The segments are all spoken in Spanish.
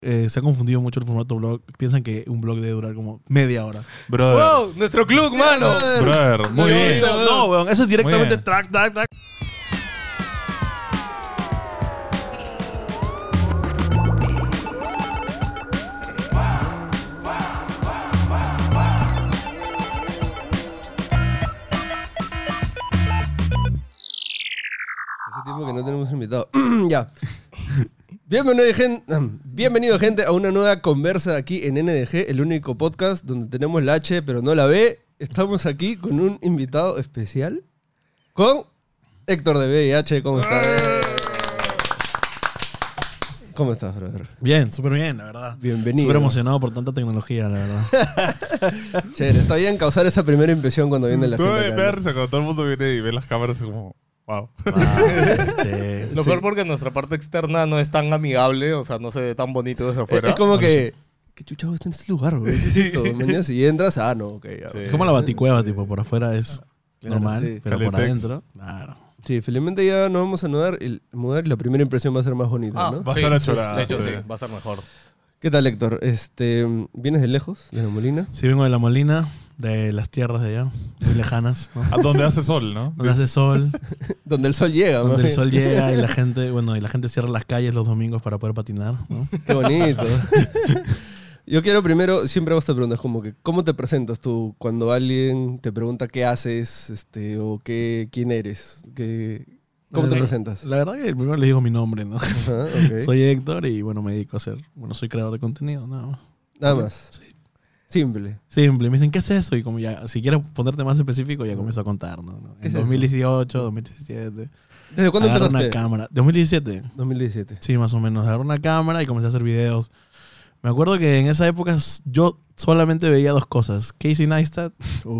Se ha confundido mucho el formato blog. Piensan que un blog debe durar como media hora. Brother. ¡Wow! ¡Nuestro club, mano! Brother, muy bien. No, weón. Eso es directamente bien. track. Hace tiempo que no tenemos invitado. Ya. Bienvenido, gente, a una nueva conversa aquí en NDG, el único podcast donde tenemos la H pero no la B. Estamos aquí con un invitado especial, con Héctor de VIH. ¿Cómo estás? ¿Cómo estás, brother? Bien, súper bien, la verdad. Bienvenido. Súper emocionado por tanta tecnología, la verdad. Chévere, está bien causar esa primera impresión cuando viene la Tú gente debes acá, ¿no? verse cuando todo el mundo viene y ve las cámaras y como, wow. Lo peor porque nuestra parte externa no es tan amigable, o sea, no se ve tan bonito desde afuera. Es como que... ¿Qué chucha está en este lugar, güey? ¿Qué es esto? Mañana si entras, no, ok. Ya, Sí. Es como la baticueva, tipo, por afuera es Claro, normal, sí. pero por Caletex. adentro, claro. Sí, felizmente ya nos vamos a mudar y la primera impresión va a ser más bonita, ¿no? Va a ser la chorada, De hecho, sí. sí, va a ser mejor. ¿Qué tal, Héctor? ¿Vienes de lejos, de La Molina? Sí, vengo de La Molina, de las tierras de allá, muy lejanas, ¿no? A donde hace sol, ¿no? Donde hace sol, Donde el sol llega, donde ¿no? el sol llega y la gente cierra las calles los domingos para poder patinar, ¿no? Qué bonito. Yo quiero primero, siempre hago esta pregunta, es como que, ¿cómo te presentas tú cuando alguien te pregunta qué haces, o quién eres? ¿Cómo te presentas? La verdad que primero le digo mi nombre, ¿no? Ajá, ok. Soy Héctor y bueno, me dedico a soy creador de contenido, nada más. Nada más. Sí. Simple. Simple, me dicen, ¿qué es eso? Y como ya, si quieres ponerte más específico, ya comienzo a contar, ¿no? ¿Qué En es eso? 2018, 2017. ¿Desde cuándo Agarro empezaste? una cámara. 2017. 2017. Sí, más o menos. Agarré una cámara y comencé a hacer videos. Me acuerdo que en esa época yo solamente veía dos cosas. Casey Neistat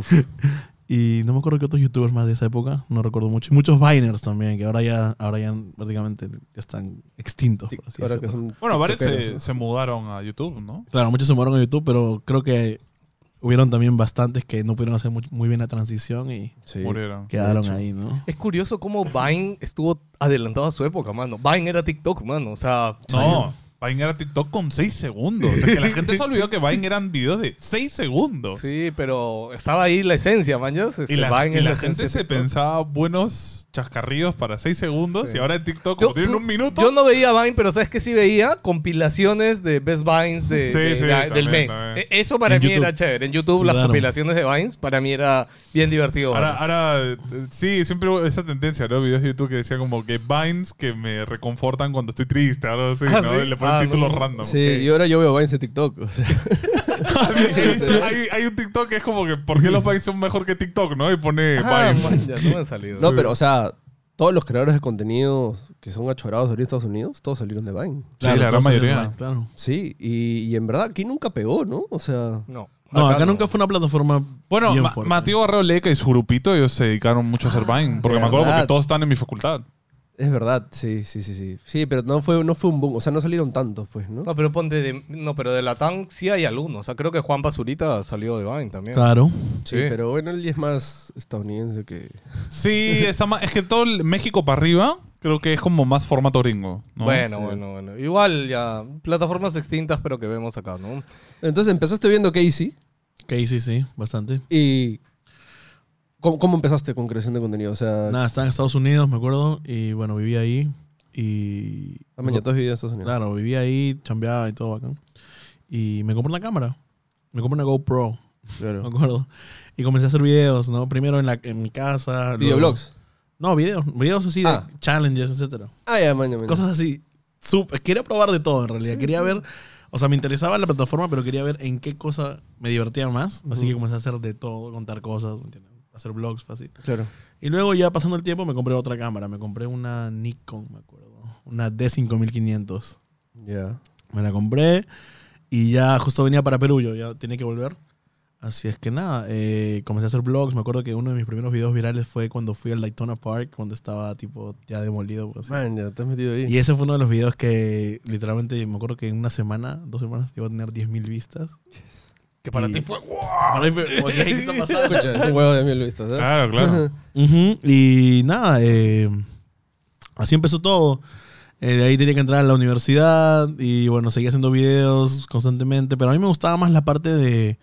y no me acuerdo qué otros youtubers más de esa época. No recuerdo mucho. Y muchos Viners también, que ahora ya prácticamente ya están extintos. Por así Ahora que decirlo. son Bueno, varios tiktokeros, ¿no? se mudaron a YouTube, ¿no? Claro, muchos se mudaron a YouTube, pero creo que hubieron también bastantes que no pudieron hacer muy bien la transición y Sí. Murieron. quedaron hecho. ahí, ¿no? Es curioso cómo Vine estuvo adelantado a su época, mano. Vine era TikTok, mano. O sea, No, Vine era TikTok con 6 segundos. O sea, que la gente se olvidó que Vine eran videos de 6 segundos. sí, pero estaba ahí la esencia, man. Y la gente se pensaba buenos chascarrillos para 6 segundos Sí. y ahora en TikTok, como tienen un minuto... Yo no veía Vine, pero ¿sabes qué? Sí veía compilaciones de Best Vines Sí, del también, mes. también. Eso para En mí YouTube. era chévere. En YouTube, las Claro. compilaciones de Vines, para mí era bien divertido. mano. Ahora, sí, siempre hubo esa tendencia, ¿no? Videos de YouTube que decían como que Vines que me reconfortan cuando estoy triste, algo así, Ah, ¿no? ¿sí? Y le ponen Ah, títulos no. random. Sí, y ahora yo veo Vines en TikTok. O sea, hay un TikTok que es como que ¿por qué los Vines son mejor que TikTok, no? Y pone Ah, Vines. man, ya no me han salido. no, pero, o sea, todos los creadores de contenido que son achorados ahorita en Estados Unidos, todos salieron de Vine. Sí, la gran todos salieron mayoría. mal, claro. Sí, y en verdad aquí nunca pegó, ¿no? O sea, No, No, acá no. nunca fue una plataforma Bueno, bien fuerte. Mateo Barrero Leca y su grupito, ellos se dedicaron mucho a hacer Vine. Porque de me acuerdo verdad. porque todos están en mi facultad. es verdad, sí. Sí, pero no fue un boom, o sea, no salieron tantos, pues, ¿no? No, pero pero de Latam sí hay algunos. O sea, creo que Juan Pazurita salió de Vine también. Claro. Sí, sí. pero bueno, él ya es más estadounidense que... Sí, es que todo el México para arriba creo que es como más formato gringo, ¿no? Bueno, Sí. bueno. Igual ya, plataformas extintas, pero que vemos acá, ¿no? Entonces empezaste viendo Casey Sí, bastante. y... ¿Cómo empezaste con creación de contenido? O sea, Nada, estaba en Estados Unidos, me acuerdo, y bueno, vivía ahí. Y. mañana todos vivían en Estados Unidos. Claro, vivía ahí, chambeaba y todo acá. Y me compré una cámara. Me compré una GoPro, Claro. me acuerdo. Y comencé a hacer videos, ¿no? Primero en mi casa. luego- ¿Videoblogs? No, videos así Ah. de challenges, etcétera. Ah, ya, mañana. Cosas así. Quería probar de todo, en realidad. Quería ver. O sea, me interesaba la plataforma, pero quería ver en qué cosa me divertía más. Así que comencé a hacer de todo, contar cosas, ¿me entiendes? Hacer vlogs fácil. Claro. Y luego ya pasando el tiempo me compré otra cámara. Me compré una Nikon, me acuerdo. Una D5500. Ya. Me la compré y ya justo venía para Perú. Yo ya tenía que volver. Así es que nada, comencé a hacer vlogs. Me acuerdo que uno de mis primeros videos virales fue cuando fui al Daytona Park, cuando estaba tipo ya demolido. Pues, Man, ya te has metido ahí. y ese fue uno de los videos que literalmente me acuerdo que en una semana, 2 semanas, iba a tener 10.000 vistas. Que para Y- ti fue... ¡wow! Para mí fue, oye, ¿qué está pasando? Escucha, es un huevo de 1000 vistas, ¿eh? Claro, claro. Ujú, y nada, así empezó todo. De ahí tenía que entrar a la universidad y bueno, seguía haciendo videos constantemente, pero a mí me gustaba más la parte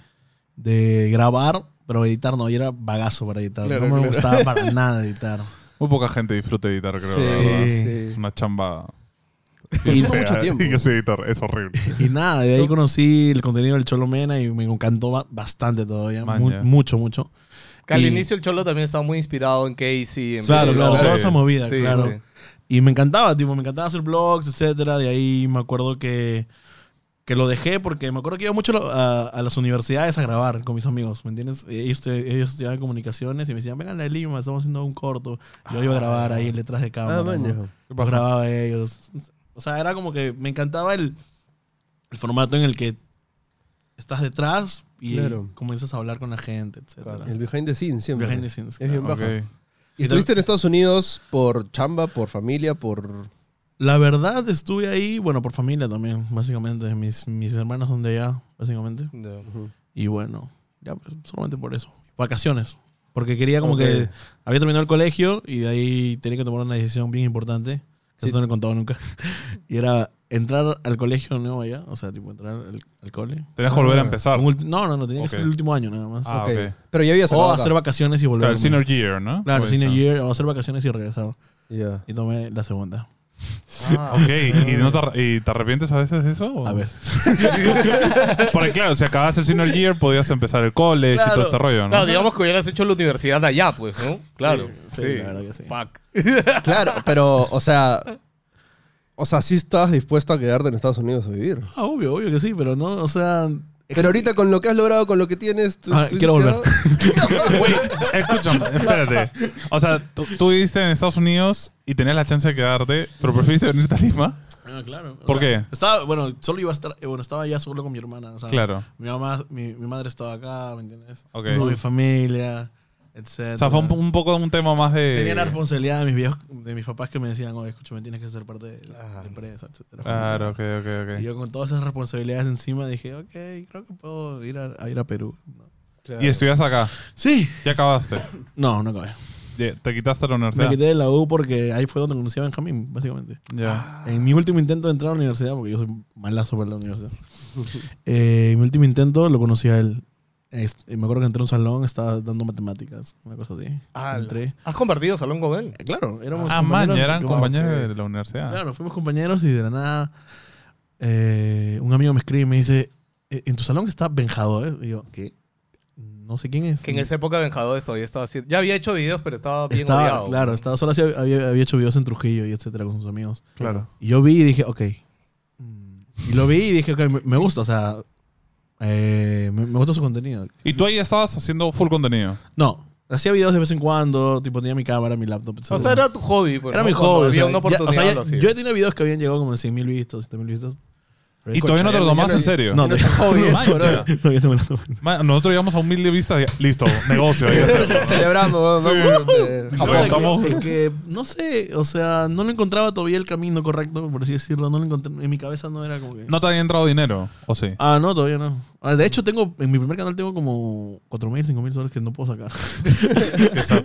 de grabar, pero editar no, yo era bagazo para editar. Claro, no me claro. gustaba para nada editar. Muy poca gente disfruta editar, creo. Sí, la verdad. sí. Es una chamba. Consume fea, mucho tiempo. Y yo soy editor, es horrible. Y nada, de ahí conocí el contenido del Cholo Mena y me encantó bastante todavía. Maña. Mucho. Que al Y- inicio el Cholo también estaba muy inspirado en Casey. En Claro, Billy claro, Bob. toda esa movida, Sí, claro. sí. Y me encantaba, tipo, me encantaba hacer vlogs, etcétera. De ahí me acuerdo que lo dejé porque me acuerdo que iba mucho a las universidades a grabar con mis amigos, ¿me entiendes? Ellos estudiaban comunicaciones y me decían, vengan a Lima, estamos haciendo un corto. Yo iba a grabar ahí detrás de cámara. maña. ¿no? Los grababa a ellos. O sea, era como que me encantaba el formato en el que estás detrás y Claro. comienzas a hablar con la gente, etcétera. El behind the scenes siempre. Behind the scenes, Es bien claro. baja. Ok. ¿Y estuviste en Estados Unidos por chamba, por familia, por...? La verdad, estuve ahí, bueno, por familia también, básicamente. Mis hermanos son de allá, básicamente. Ya. Y bueno, ya, pues, solamente por eso. Vacaciones. Porque quería como Ok. que había terminado el colegio y de ahí tenía que tomar una decisión bien importante. Que Sí. eso no lo he contado nunca. Y era entrar al colegio nuevo allá, o sea, tipo entrar al cole. Tenías que volver a empezar. No, tenía que ser Ok. el último año nada más. Ah, Ok. ok. Pero ya habías O acabado acá. hacer vacaciones y volver. Claro, el a senior year, ¿no? Claro, Pues, senior ah. year, o hacer vacaciones y regresar. Ya. Y tomé la segunda. Ah, Ok, ¿y te arrepientes a veces de eso? o? A ver. Porque claro, si acabas el senior year, podías empezar el college y Claro. todo este rollo, ¿no? Claro, digamos que hubieras hecho la universidad allá, pues, ¿no? Claro. sí, la verdad que sí. Fuck. Claro, pero, o sea, sí estabas dispuesto a quedarte en Estados Unidos a vivir. Ah, obvio que sí, pero no, o sea... Pero ahorita con lo que has logrado, con lo que tienes... Quiero volver. Güey, escúchame, espérate. O sea, tú viviste en Estados Unidos y tenías la chance de quedarte, pero preferiste venirte a Lima. Ah, claro. ¿Por O sea, qué? Estaba, bueno, solo iba a estar, estaba ya solo con mi hermana. O sea, Claro. Mi mamá, mi madre estaba acá, ¿me entiendes? Ok. Con mi familia, etc. O sea, fue un poco un tema más de... Tenía la responsabilidad de mis viejos, de mis papás que me decían, oye, escúchame, tienes que ser parte de la empresa, etc. Claro, ok. Y yo con todas esas responsabilidades encima dije, ok, creo que puedo ir a Perú. ¿no? Y estudias acá. Sí. Ya acabaste. No acabé. Te quitaste la Me universidad. quité de la U porque ahí fue donde conocí a Benjamín, básicamente. Ya. En mi último intento de entrar a la universidad, porque yo soy malazo para la universidad. En mi último intento lo conocí a él. Me acuerdo que entré a un salón, estaba dando matemáticas, una cosa así. Entré. ¿Has compartido salón con él? Claro, éramos Ah, man, ya eran yo- compañeros de la universidad. Claro, fuimos compañeros y de la nada un amigo me escribe y me dice, en tu salón está Benjado, Y yo, ¿qué? No sé quién es. Que en esa época Benjadores todavía estaba haciendo... Ya había hecho videos, pero estaba bien Estaba, odiado. claro, estaba solo así, había hecho videos en Trujillo y etcétera con sus amigos. Claro. Y yo vi y dije, ok. Y lo vi y dije, ok, me gusta, o sea, me gusta su contenido. Y tú ahí estabas haciendo full contenido. No, hacía videos de vez en cuando, tipo tenía mi cámara, mi laptop, etc. O sea, era tu hobby. Pues, Era ¿no? mi Cuando hobby. Había o una sea, oportunidad. lo hacía. yo he tenido videos que habían llegado como en 100.000 vistas, 7.000 vistas. Y todavía no te lo tomas en serio. No, No es hobby eso, Man, bro. ya. todavía no me lo tomo. Man, nosotros llegamos a 1.000 vistas y listo, negocio. Ahí Celebramos, vamos de No, Japón. estamos- Es que, no sé, o sea, no lo encontraba todavía el camino correcto, por así decirlo. No lo encontré, en mi cabeza no era como que... ¿No te había entrado dinero? ¿O sí? Ah, no, todavía no. De hecho, en mi primer canal tengo como 4.000, 5.000 soles que no puedo sacar. Que sa-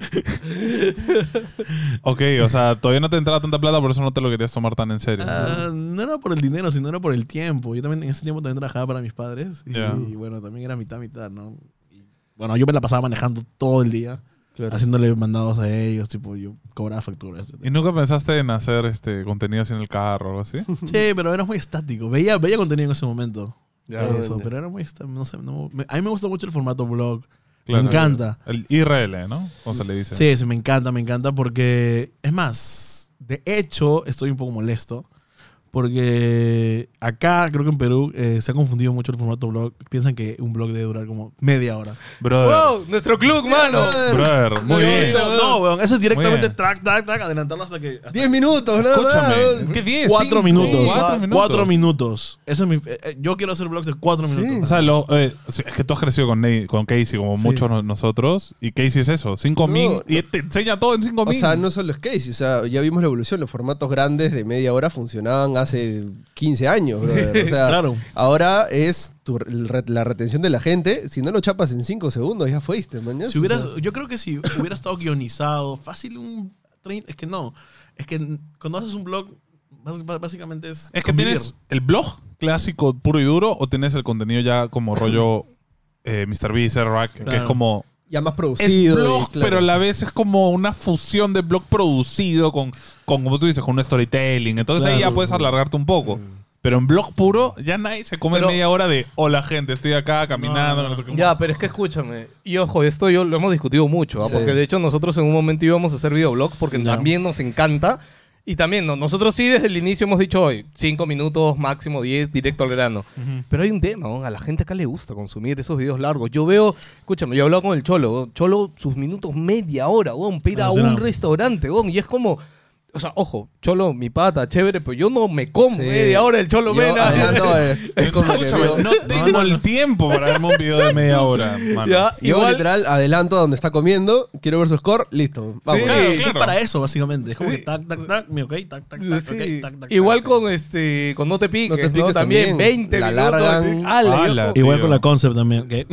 Ok, o sea, todavía no te entraba tanta plata, por eso no te lo querías tomar tan en serio. No era por el dinero, sino era por el tiempo. Yo también en ese tiempo también trabajaba para mis padres. Y, Ya. y bueno, también era mitad, ¿no? Y, bueno, yo me la pasaba manejando todo el día, Claro. haciéndole mandados a ellos, tipo, yo cobraba facturas. ¿Y nunca pensaste en hacer contenido así en el carro o algo así? Sí, pero era muy estático. Veía contenido en ese momento. Ya, de eso, bueno. pero era muy estático. No sé, a mí me gusta mucho el formato vlog. Claro. Me encanta. El IRL, ¿no? ¿Cómo se le dice? Sí, me encanta porque, es más, de hecho, estoy un poco molesto porque acá, creo que en Perú, se ha confundido mucho el formato blog. Piensan que un blog debe durar como media hora. Brother. ¡Wow! ¡Nuestro club, mano! Brother, muy bien. No, weón, eso es directamente bien. track, adelantarlo hasta que... 10 minutos, nada Escúchame. más. ¿Qué 10? 4 minutos. 4 minutos. 4 minutos. Ese es yo quiero hacer blogs de 4 minutos. O sea, es que tú has crecido con Casey, como Sí. muchos nosotros. Y Casey es eso, 5.000. No, y te enseña todo en 5.000. O sea, no solo es Casey, o sea, ya vimos la evolución. Los formatos grandes de media hora funcionaban hace 15 años, brother. O sea, Claro. ahora es la retención de la gente. Si no lo chapas en 5 segundos, ya fuiste, mañana. Si hubieras, yo creo que si hubiera estado guionizado, fácil un 30, es que no. Es que cuando haces un blog, Básicamente es Es que convivir. tienes el blog clásico puro y duro o tienes el contenido ya como rollo MrBeast, Rack, que es Claro. como... Ya más Es producido. blog, y claro. pero a la vez es como una fusión de blog producido con como tú dices, con un storytelling. Entonces ahí ya Claro. puedes alargarte un poco. Pero en blog puro, ya nadie se come Pero- media hora de hola gente, estoy acá caminando. No, no sé qué. Ya, pero es que escúchame. Y ojo, esto yo lo hemos discutido mucho, ¿ah? Sí. Porque de hecho nosotros en un momento íbamos a hacer videoblogs porque Ya. también nos encanta. Y también nosotros sí desde el inicio hemos dicho hoy 5 minutos, máximo 10, directo al grano. Pero hay un tema, ¿no? A la gente acá le gusta consumir esos videos largos. Yo veo, escúchame, yo he hablado con el Cholo. ¿no? Cholo, sus minutos media hora, para ir a un Alucinado. restaurante, y es como... O sea, ojo, Cholo, mi pata, chévere, pero yo no me como Sí. media hora el Cholo Yo Mena. adelanto, es como que Escúchame, veo- no tengo el tiempo para verme un video de media hora, mano. Ya, Yo igual- literal adelanto a donde está comiendo, quiero ver su score, listo. Vamos. Sí. Claro, Es claro. para eso, básicamente. Es como Sí. que tac, tac, tac, mi ok, tac, tac, tac, Sí. ok, tac, tac, Igual tac, con ok. con No te piques, No te ¿no? piques También también. 20 La minutos. largan. ¡Hala! ¡Hala! Igual tío. con la concept también. ¿ok?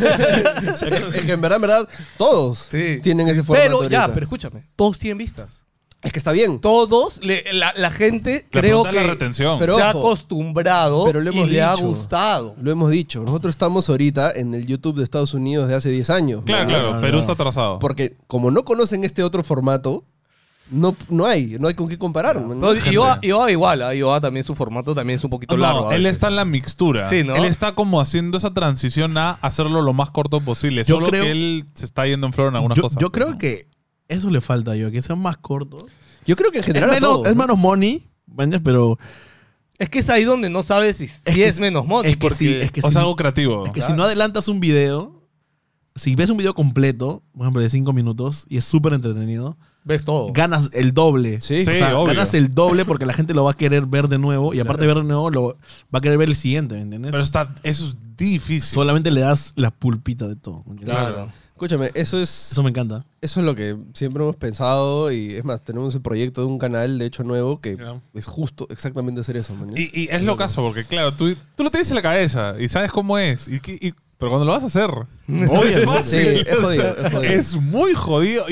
Es que en verdad, todos Sí. tienen ese formato. Pero ya, ahorita. pero escúchame, todos tienen vistas. Es que está bien. Todos, la gente La creo pregunta es que la retención. Pero se ha ojo, acostumbrado pero lo y hemos le ha dicho. gustado. Lo hemos dicho. Nosotros estamos ahorita en el YouTube de Estados Unidos de hace 10 años. Claro, ¿no? claro, Claro. Perú está atrasado. Porque como no conocen este otro formato, no hay con qué comparar. ¿no? No, Ioa igual, Ioa también su formato también es un poquito largo. No, a él veces. está en la mixtura. Sí, ¿no? Él está como haciendo esa transición a hacerlo lo más corto posible. Yo Solo creo- que él se está yendo en flor en algunas Yo, cosas. yo creo que eso le falta yo, que sean más cortos. Yo creo que en general a todos, es ¿no? menos money, ¿mañas? Pero Es que es ahí donde no sabes si que es menos money. es que porque sí, es que O si, sea, algo creativo. es que si no adelantas un video, si ves un video completo, por ejemplo, de 5 minutos, y es súper entretenido, ves todo. ganas el doble. Sí. Sí, O sea, obvio. ganas el doble porque la gente lo va a querer ver de nuevo, y aparte de ver de nuevo, lo va a querer ver el siguiente, ¿me entiendes? Pero eso es difícil. Solamente le das la pulpita de todo. ¿me entiendes? Claro. Escúchame, eso es Eso me encanta. lo que siempre hemos pensado y es más, tenemos el proyecto de un canal de hecho nuevo que Ya. es justo exactamente hacer eso, man. Y es lo caso, porque claro, tú lo tienes en la cabeza y sabes cómo es. Pero cuando lo vas a hacer, no es Sí, fácil. es jodido, es jodido. Es muy jodido.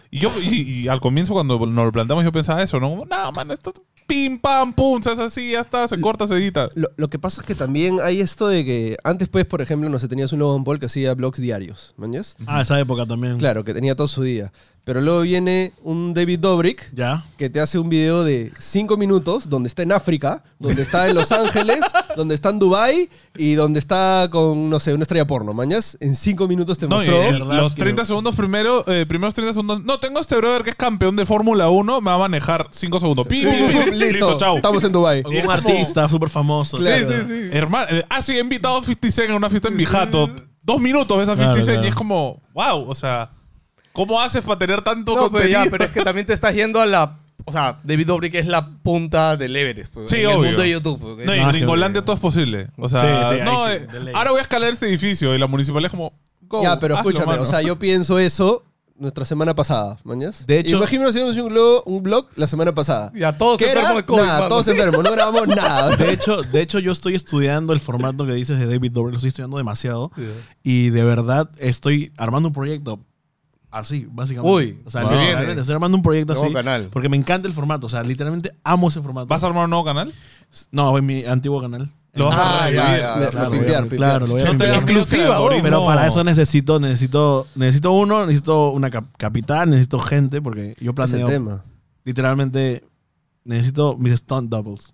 Y al comienzo, cuando nos lo planteamos, yo pensaba eso, ¿no? Como, no, man, esto pim, pam, pum, se hace así, ya está, se corta, se edita. Lo que pasa es que también hay esto de que antes, pues, por ejemplo, no sé, tenías un Logan Paul que hacía blogs diarios, ¿mañas? Ah, esa época también. Claro, que tenía todo su día. Pero luego viene un David Dobrik Ya. que te hace un video de 5 minutos donde está en África, donde está en Los Ángeles, donde está en Dubai y donde está con, no sé, una estrella porno, ¿mañas? En 5 minutos te No, y mostró... los 30 segundos primeros 30 segundos. No, tengo este brother que es campeón de Fórmula 1, me va a manejar 5 segundos. Pim, pim, pim, listo, chao. Estamos en Dubai. Con Y es un como- artista súper famoso. Claro. ¿sabes? Sí. Hermano, sí, he invitado a 50 Cent en una fiesta en mi jato. 2 minutos ves a 50 Claro, Cent y claro. es como, wow, o sea, ¿cómo haces para tener tanto No, pero, contenido? pero es que también te estás yendo a la... O sea, David Dobrik es la punta del Everest. pues, Sí, en obvio. el mundo de YouTube. pues. No, y Ah, en qué Gringolandia bueno. todo es posible. O sea, Sí, sí, ahí no, sí, de ley. ahora voy a escalar este edificio y la municipalidad es como, go, Ya, pero hazlo, escúchame, mano. o sea, yo pienso eso nuestra semana pasada, ¿mañas? De hecho- Imagínate haciendo un blog la semana pasada. Ya, todos ¿Qué era? enfermos de COVID. Nada, mano. todos enfermos, no grabamos nada. De hecho, yo estoy estudiando el formato que dices de David Dobrik, lo estoy estudiando demasiado. Y de verdad estoy armando un proyecto así, básicamente. Uy, o sea, se literalmente, viene. estoy armando un proyecto Nuevo así. canal. Porque me encanta el formato. O sea, literalmente amo ese formato. ¿Vas a armar un nuevo canal? No, en mi antiguo canal. Lo vas a Ah, revivir. ya, ya. Me- Claro, pimpear, voy a- claro, lo voy a No te pimpear. das miedo que el Exclusiva, algoritmo- Pero para eso necesito uno, necesito una capital, necesito gente, porque yo Es el planeo, tema. literalmente, necesito mis stunt doubles.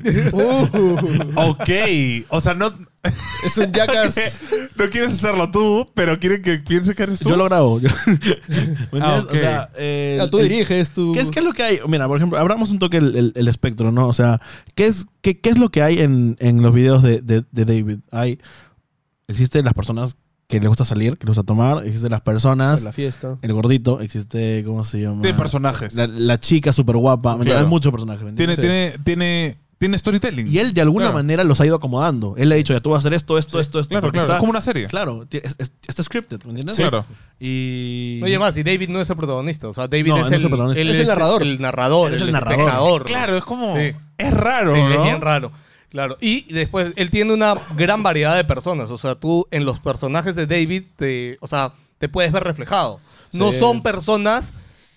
Ok, o sea, no, Es un jackass. no quieres hacerlo tú, pero quieren que piense que eres tú. Yo lo grabo. ¿Me Ah, entiendes? ok. O sea, Ya, tú diriges, tú... ¿Qué es lo que hay? Mira, por ejemplo, abramos un toque el espectro, ¿no? O sea, ¿qué es lo que hay en los videos de David? Existen las personas que les gusta salir, que les gusta tomar, existen las personas, la fiesta. el gordito, existe, ¿cómo se llama? Tiene personajes. La chica súper guapa. Claro. Hay muchos personajes. ¿me Tiene, entiendes? tiene storytelling. Y él de alguna Claro. manera los ha ido acomodando. Él le ha dicho, ya tú vas a hacer esto. Claro, porque claro. Es como una serie. Claro, está scripted, ¿me entiendes? Claro. Y... Oye, más, y David no es el protagonista. O sea, David No, es él no es el el protagonista. él Es el narrador. El narrador, Él es el el narrador. espectador. Claro, es como. Sí. Es raro, Sí, ¿no? es bien raro. Claro. Y después, él tiene una gran variedad de personas. O sea, tú en los personajes de David, te puedes ver reflejado. No Sí. son personas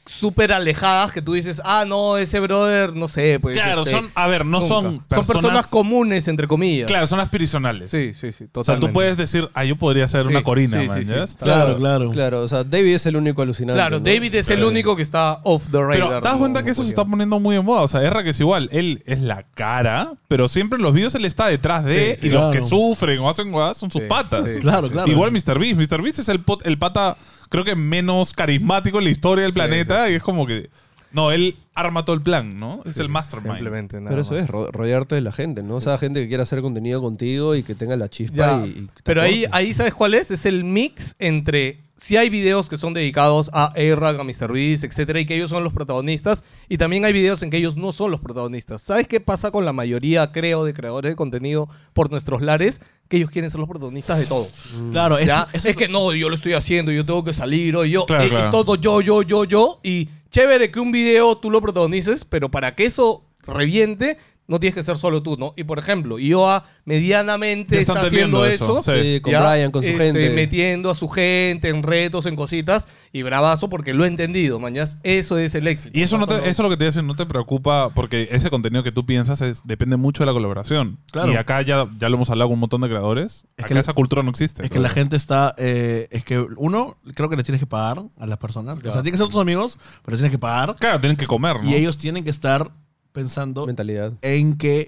súper alejadas que tú dices, no, ese brother, no sé, pues. Claro, no nunca. son personas... Son personas comunes, entre comillas. Claro, son aspiracionales. Sí, totalmente. O sea, tú puedes decir, yo podría ser una Corina, sí, man, sí, ¿ya? sí. Claro. Claro, o sea, David es el único alucinante. Claro, ¿no? David es el único que está off the radar. Pero te das cuenta que eso se está poniendo muy en moda. O sea, Erra que es igual. Él es la cara, pero siempre en los videos él está detrás de. Sí, y claro. los que sufren o hacen huevadas son sus Sí, patas. sí. Claro. Igual Mr. Beast. Mr. Beast es el pata, creo que menos carismático en la historia del planeta. Y es como que. No, él arma todo el plan, ¿no? Es el mastermind. Simplemente nada Pero eso más. es, rodearte de la gente, ¿no? O sea, gente que quiera hacer contenido contigo y que tenga la chispa Ya, y te pero aporte. ahí ¿sabes cuál es? Es el mix entre si hay videos que son dedicados a A-Rag, a MrBeast, etcétera, y que ellos son los protagonistas, y también hay videos en que ellos no son los protagonistas. ¿Sabes qué pasa con la mayoría, creo, de creadores de contenido por nuestros lares? Que ellos quieren ser los protagonistas de todo. Claro, ¿Ya? eso Es que no, yo lo estoy haciendo, yo tengo que salir, o yo, Claro, claro. es todo yo, y chévere que un video tú lo protagonices, pero para que eso reviente, no tienes que ser solo tú, ¿no? Y por ejemplo, IOA medianamente Ya están está haciendo teniendo eso, eso. sí. Sí, con ¿ya? Brian, con su gente. Metiendo a su gente en retos, en cositas, y bravazo porque lo he entendido, mañas. Eso es el éxito. Y eso, O sea, eso es lo que te dice, no te preocupa, porque ese contenido que tú piensas depende mucho de la colaboración. Claro. Y acá ya lo hemos hablado con un montón de creadores. Es Acá que esa cultura no existe. Es que la gente está. Es que uno, creo que le tienes que pagar a las personas. O sea, tienen que ser tus amigos, pero les tienes que pagar. Claro, tienen que comer, ¿no? Y ellos tienen que estar pensando Mentalidad. en que.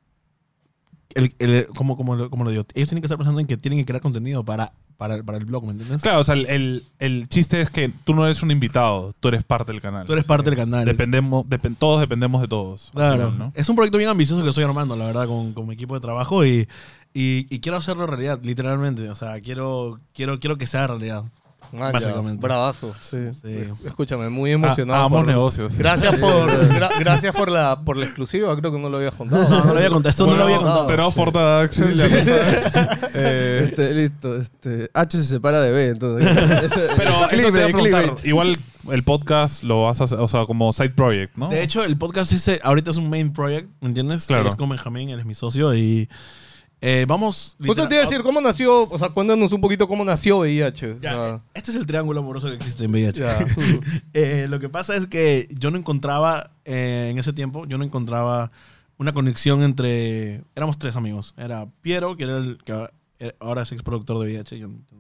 ¿Cómo lo digo? Ellos tienen que estar pensando en que tienen que crear contenido para el blog, ¿me entiendes? Claro, o sea, el chiste es que tú no eres un invitado, tú eres parte del canal. Tú eres parte del canal. Todos dependemos de todos. al Claro. final, ¿no? Es un proyecto bien ambicioso que estoy armando, la verdad, con mi equipo de trabajo y quiero hacerlo realidad, literalmente. O sea, quiero que sea realidad. Ah, ya, básicamente. Bravazo. Sí. Sí. Escúchame, muy emocionado. Hagamos por- negocios. Gracias gracias por la exclusiva, creo que no lo habías contado. No lo había contado. Esto no lo había contado. Tenemos portada Axel. la cosa es, Listo. H se separa de B, entonces. pero eso te iba a Clickbait. preguntar, igual el podcast lo vas a hacer, o sea, como side project, ¿no? De hecho, el podcast ahorita es un main project, ¿me entiendes? Claro. Es con Benjamín, él es mi socio y vamos... Justo te iba a decir, ¿cómo nació? O sea, cuéntanos un poquito cómo nació VIH. Ya, O sea, este es el triángulo amoroso que existe en VIH. ya. Lo que pasa es que yo no encontraba, en ese tiempo, una conexión entre... Éramos tres amigos. Era Piero, que era el que ahora es exproductor de VIH.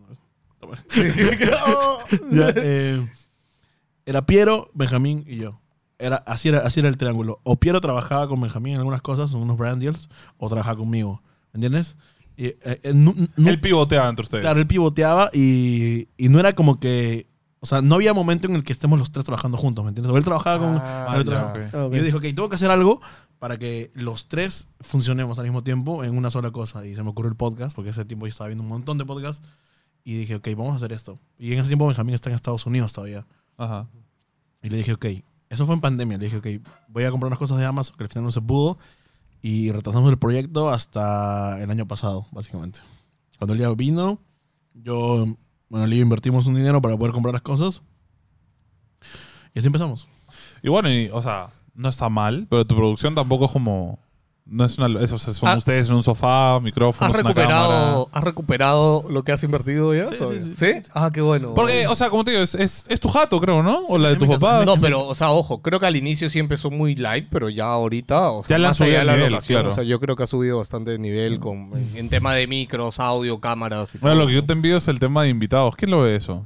Ya, era Piero, Benjamín y yo. Así era el triángulo. O Piero trabajaba con Benjamín en algunas cosas, en unos brand deals, o trabajaba conmigo. ¿Me entiendes? Y, Él pivoteaba entre ustedes. Claro, él pivoteaba y no era como que... O sea, no había momento en el que estemos los tres trabajando juntos, ¿me entiendes? O él trabajaba con... Ah, el otro- ya, ok. Ok. Y yo dije, ok, tengo que hacer algo para que los tres funcionemos al mismo tiempo en una sola cosa. Y se me ocurrió el podcast, porque ese tiempo yo estaba viendo un montón de podcasts. Y dije, ok, vamos a hacer esto. Y en ese tiempo Benjamín está en Estados Unidos todavía. Ajá. Y le dije, ok, eso fue en pandemia. Le dije, ok, voy a comprar unas cosas de Amazon que al final no se pudo. Y retrasamos el proyecto hasta el año pasado, básicamente. Cuando el día vino, le invertimos un dinero para poder comprar las cosas. Y así empezamos. Y bueno, o sea, no está mal, pero tu producción tampoco es como... No es una... Eso, o sea, son Ah. ustedes en un sofá, micrófonos, una cámara... ¿Has recuperado lo que has invertido ya? Sí, todavía? sí, sí. Ah, qué bueno. Porque, o sea, como te digo, es tu jato, creo, ¿no? O la de es tus mi casa. papás. No, pero, o sea, ojo, creo que al inicio sí empezó muy light, pero ya ahorita, o sea, Ya le han más allá subido de el la nivel, locación, claro. o sea, yo creo que ha subido bastante de nivel en tema de micros, audio, cámaras y Bueno, todo. lo que yo te envío es el tema de invitados. ¿Quién lo ve eso?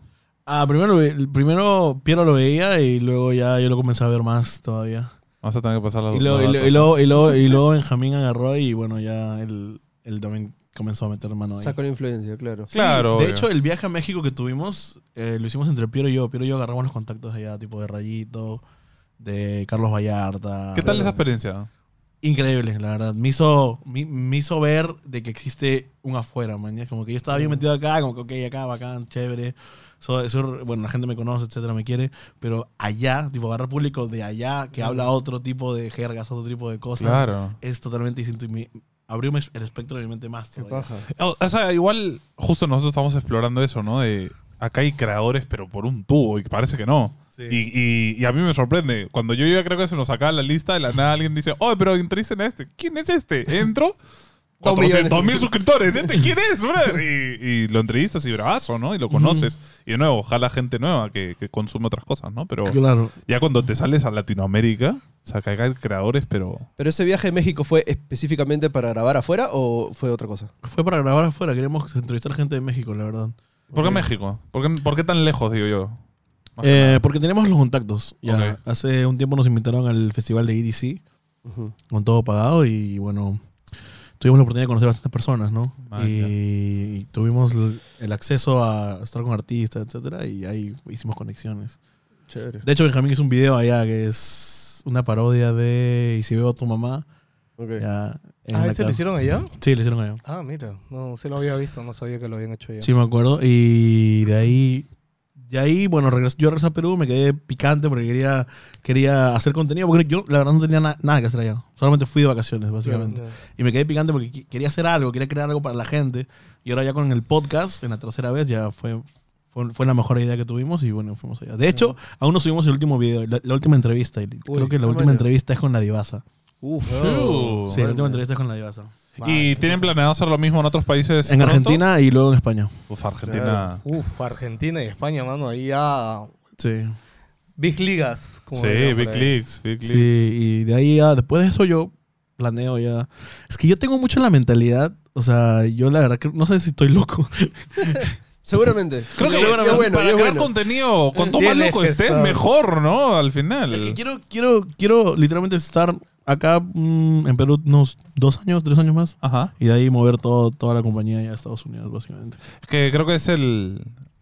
Primero Piero lo veía y luego ya yo lo comencé a ver más todavía. Vamos a tener que pasar la Y luego Benjamín agarró y bueno, ya él también comenzó a meter mano ahí. Sacó la influencia, claro. Sí, Claro, de obvio. hecho, el viaje a México que tuvimos, lo hicimos entre Piero y yo. Piero y yo agarramos los contactos allá, tipo de Rayito, de Carlos Vallarta. ¿Qué tal esa experiencia? Increíble, la verdad. Me hizo ver de que existe un afuera, man. Ya como que yo estaba bien metido acá, como que ok, acá, bacán, chévere. Bueno, la gente me conoce, etcétera, me quiere. Pero allá, tipo, agarrar público de allá, que habla otro tipo de jergas, otro tipo de cosas. Claro. Es totalmente distinto y abrió el espectro de mi mente más Qué todavía. paja. O sea, igual justo nosotros estamos explorando eso, ¿no? De acá hay creadores, pero por un tubo, y parece que no. Sí. Y a mí me sorprende. Cuando yo iba, creo que se nos sacaba la lista, de la nada alguien dice, oh, pero entriste en este. ¿Quién es este? Entro, 400.000 suscriptores. ¿Este quién es, brother? Y lo entrevistas y bravazo, ¿no? Y lo conoces. Y de nuevo, ojalá gente nueva que consume otras cosas, ¿no? Pero Claro. ya cuando te sales a Latinoamérica, o sea, que hay creadores, pero... ¿Pero ese viaje a México fue específicamente para grabar afuera o fue otra cosa? Fue para grabar afuera. Queríamos entrevistar gente de México, la verdad. ¿Por qué México? ¿Por qué tan lejos, digo yo? Más que nada. Porque tenemos los contactos. Ya. Ok. Hace un tiempo nos invitaron al festival de EDC Ujú. con todo pagado y bueno, tuvimos la oportunidad de conocer a bastantes personas, ¿no? Ah, ya. Y tuvimos el acceso a estar con artistas, etcétera, y ahí hicimos conexiones. Chévere. De hecho, Benjamín hizo un video allá que es una parodia de Y si veo a tu mamá. Ok. Ya, en la ¿Ese lo casa. hicieron allá? Sí, lo hicieron allá. Ah, mira. No se lo había visto. No sabía que lo habían hecho allá. Sí, me acuerdo. Y de ahí bueno, yo regresé a Perú, me quedé picante porque quería hacer contenido, porque yo la verdad no tenía nada que hacer allá. Solamente fui de vacaciones, básicamente. Claro. Y me quedé picante porque quería hacer algo, quería crear algo para la gente. Y ahora ya con el podcast, en la tercera vez, ya fue la mejor idea que tuvimos y bueno, fuimos allá. De hecho, aún no subimos el último video, la última entrevista. Y creo que la última maño. entrevista es con la Divasa. Uf. Oh. Sí, la última entrevista es con la Divasa. ¿Y tienen planeado hacer lo mismo en otros países? En pronto? Argentina y luego en España. Uf, Argentina. Uf, Argentina y España, mano. Ahí ya... Sí. Big ligas. como Sí, dirían Big por ahí. Leagues. Big Sí, Leagues. y de ahí ya, después de eso yo planeo ya. Es que yo tengo mucho la mentalidad, o sea, yo la verdad que no sé si estoy loco. Seguramente. Creo que Porque es bueno, para y es crear bueno. contenido, cuanto más Tienes loco que estés, estar. mejor, ¿no? Al final. Es que quiero literalmente estar acá en Perú unos 2 años, 3 años más. Ajá. Y de ahí mover toda la compañía ya a Estados Unidos, básicamente. Es que creo que es el...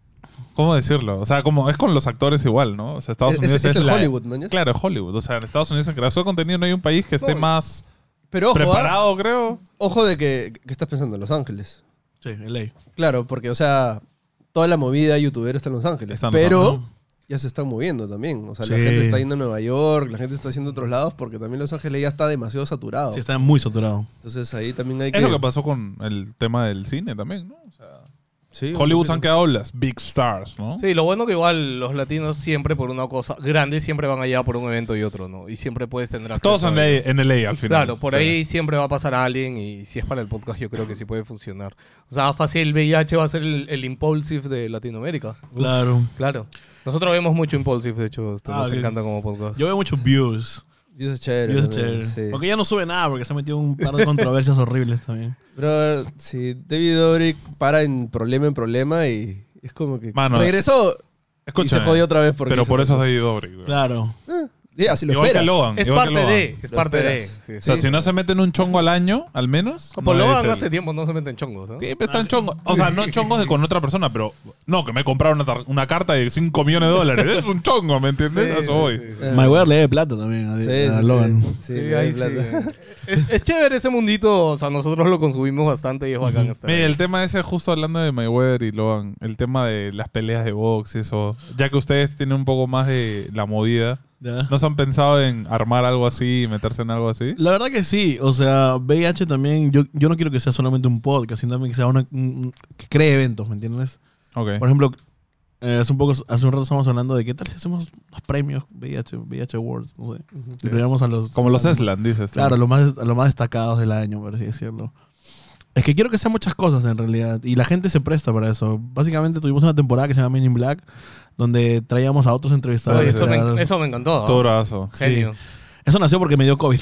¿Cómo decirlo? O sea, como es con los actores igual, ¿no? O sea, Estados Unidos Es el la- Hollywood, man. Claro, es Hollywood. O sea, en Estados Unidos en creación de contenido no hay un país que esté No, más Pero ojo, preparado, creo. ojo de que estás pensando en Los Ángeles. Sí, en ley. Claro, porque, o sea, toda la movida youtuber está en Los Ángeles. Está en Los pero Ángeles. ya se están moviendo también. O sea, Sí. la gente está yendo a Nueva York, la gente está haciendo otros lados, porque también Los Ángeles ya está demasiado saturado. Sí, está muy saturado. Entonces ahí también hay que... Es lo que pasó con el tema del cine también, ¿no? O sea, Sí, Hollywood se han quedado las big stars, ¿no? Sí, lo bueno que igual los latinos siempre por una cosa grande siempre van allá por un evento y otro, ¿no? Y siempre puedes tener acceso Todos en a ellos. LA al final. Claro, por Sí. ahí siempre va a pasar a alguien y si es para el podcast yo creo que sí puede funcionar. O sea, fácil el VIH va a ser el Impulsive de Latinoamérica. Claro. Claro. Nosotros vemos mucho Impulsive, de hecho, nos ok. encanta como podcast. Yo veo muchos views. Y eso es chévere. Views también, chévere. sí. Porque ya no sube nada, porque se ha metido un par de controversias horribles también. Pero sí, David Dobrik para en problema y es como que Mano, regresó y Escúchame, se jodió otra vez. Porque pero hizo por eso es cosas. David Dobrik. güey. Claro. Sí, así lo Igual esperas. que Logan. Es igual que parte Logan. de, es Lo parte de. esperas. Sí, O sea, sí. si no se meten un chongo al año, al menos. Como no Logan es el- hace tiempo no se meten chongos, ¿no? Sí, pero están chongos. O sea, no chongos de con otra persona, pero. No, que me compraron una carta de $5 millones. Eso es un chongo, ¿me entiendes? A eso voy. Mayweather le debe plata también a, a Logan. Sí, le ahí doy sí. plata. Es chévere ese mundito, o sea, nosotros lo consumimos bastante y es bacán estar ahí. Mira, el tema ese, justo hablando de Mayweather y Logan, el tema de las peleas de box y eso, ya que ustedes tienen un poco más de la movida, Ya. ¿no se han pensado en armar algo así y meterse en algo así? La verdad que sí, o sea, VIH también, yo no quiero que sea solamente un podcast, sino también que sea que cree eventos, ¿me entiendes? Ok. Por ejemplo, hace un rato estábamos hablando de qué tal si hacemos los premios VIH Awards, no sé. Le premiamos a los... Como los Eslan, dices. tú. Claro, a los más destacados del año, por así decirlo. Es que quiero que sean muchas cosas en realidad, y la gente se presta para eso. Básicamente tuvimos una temporada que se llama Men in Black, donde traíamos a otros Oye, entrevistadores. eso me encantó. ¿no? Todo brazo. Genio. Eso nació porque me dio COVID.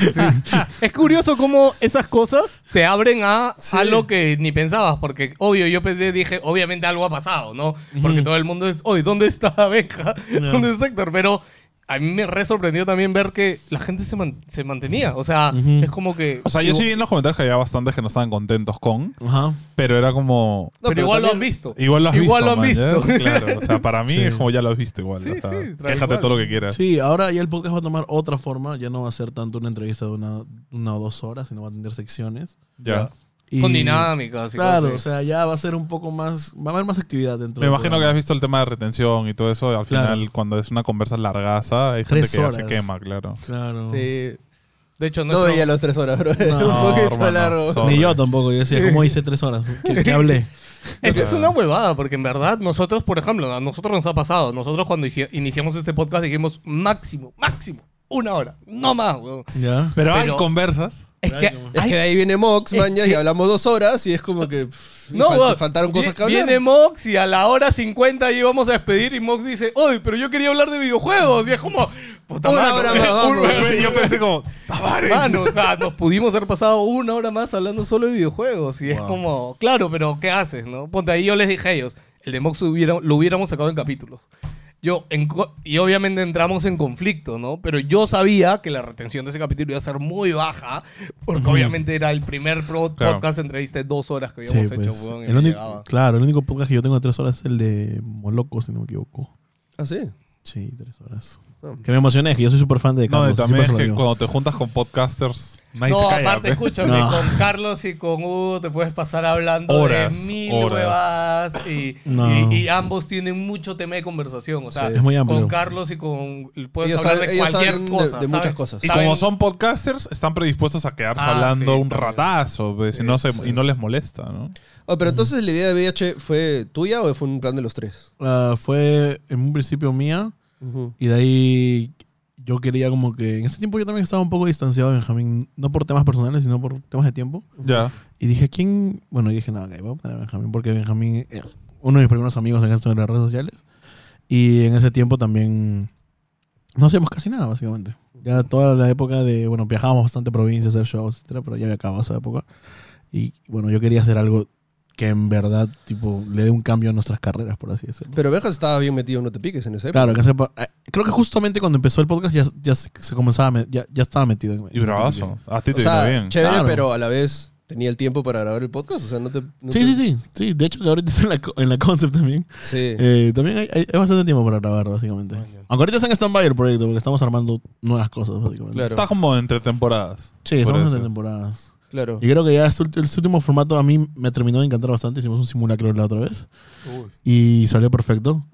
Es curioso cómo esas cosas te abren a algo que ni pensabas, porque obvio, dije, obviamente algo ha pasado, ¿no? Porque todo el mundo es, oye, ¿dónde está Benja? No. ¿Dónde está Héctor? Pero a mí me re sorprendió también ver que la gente se mantenía. O sea, es como que... O sea, yo sí vi en los comentarios que había bastantes que no estaban contentos con, Ajá. pero era como... No, pero igual lo han también- visto. Igual lo has Igual visto, lo han man, visto. ¿ya? Claro, o sea, para mí Sí. es como ya lo has visto igual. Sí, o sea, sí, tal quéjate cual. todo lo que quieras. Sí, ahora ya el podcast va a tomar otra forma. Ya no va a ser tanto una entrevista de una o 2 horas, sino va a tener secciones. Ya. Y- Con dinámicas y Claro, cosas o sea, ya va a ser un poco más... Va a haber más actividad dentro Me del imagino que programa. has visto el tema de retención y todo eso. Al Claro. final, cuando es una conversa largaza, hay gente 3 que ya se horas. quema, claro. Claro. Sí. De hecho, No veía los 3 horas, bro. Es un poquito hermano, largo. son- Ni yo tampoco. Yo decía, ¿cómo hice 3 horas? ¿Qué hablé? Esa es una huevada, porque en verdad nosotros, por ejemplo, a nosotros nos ha pasado. Nosotros cuando iniciamos este podcast dijimos máximo, 1 hora. No más, weón. Ya. Pero hay Pero- conversas. Es que Es que de ahí viene Mox, mañas, y hablamos 2 horas y es como que no, weón, faltaron cosas que hablar. Viene Mox y a la hora 50 íbamos a despedir y Mox dice, oye, pero yo quería hablar de videojuegos. Y es como, puta Una mano, hora más, vamos. Yo pensé como, Tavares. Mano, o sea, nos pudimos haber pasado 1 hora más hablando solo de videojuegos. Y es como, claro, pero ¿qué haces, no? Ponte ahí, yo les dije a ellos, el de Mox lo hubiéramos sacado en capítulos. Y obviamente entramos en conflicto, ¿no? Pero yo sabía que la retención de ese capítulo iba a ser muy baja, porque obviamente era el primer podcast entrevista de 2 horas que habíamos Sí, hecho, pues, weón, y el me único, llegaba. claro, el único podcast que yo tengo de 3 horas es el de Moloco, si no me equivoco. ¿Ah, sí? Sí, 3 horas. Ah. Que me emocioné, es que yo soy súper fan de No, Carlos. y también es siempre se lo que digo. cuando te juntas con podcasters, nadie No, se calla. aparte, pe. escúchame, No. con Carlos y con Hugo te puedes pasar hablando Horas, de 1000 horas. huevadas No. y ambos tienen mucho tema de conversación. O sea, Sí, es muy amplio. con Carlos y con... Puedes Ellos hablar saben- de ellos cualquier saben cosa. de muchas ¿sabes? cosas. Y Saben- como son podcasters, están predispuestos a quedarse Ah, hablando sí, un también. ratazo, pues, Sí, y no les molesta, ¿no? Ah, pero entonces la idea de VIH fue tuya o fue un plan de los 3? Fue en un principio mía y de ahí yo quería como que... En ese tiempo yo también estaba un poco distanciado de Benjamín, no por temas personales, sino por temas de tiempo. Ya. Y dije, ¿quién? Bueno, y dije, no, ok, voy a poner a Benjamín porque Benjamín es uno de mis primeros amigos en esto de las redes sociales. Y en ese tiempo también no hacíamos casi nada, básicamente. Ya toda la época de, bueno, viajábamos bastante a provincias, hacer shows, etcétera, pero ya había acabado esa época. Y bueno, yo quería hacer algo que en verdad, tipo, le dé un cambio a nuestras carreras, por así decirlo. Pero Benjas estaba bien metido en No Te Piques en esa época. Claro, que creo que justamente cuando empezó el podcast ya se comenzaba, ya estaba metido en Y bravazo. A ti O te sea, vino bien. chévere, Claro. pero a la vez tenía el tiempo para grabar el podcast. O sea, no te... Sí. De hecho, que ahorita está en la concept también. Sí. También hay bastante tiempo para grabar, básicamente. Aunque ahorita está en stand-by el proyecto, porque estamos armando nuevas cosas, básicamente. Claro. Está como entre temporadas. Sí, Por estamos eso. en temporadas. Claro. Y creo que ya este último formato a mí me terminó de encantar bastante. Hicimos un simulacro la otra vez. Y salió perfecto.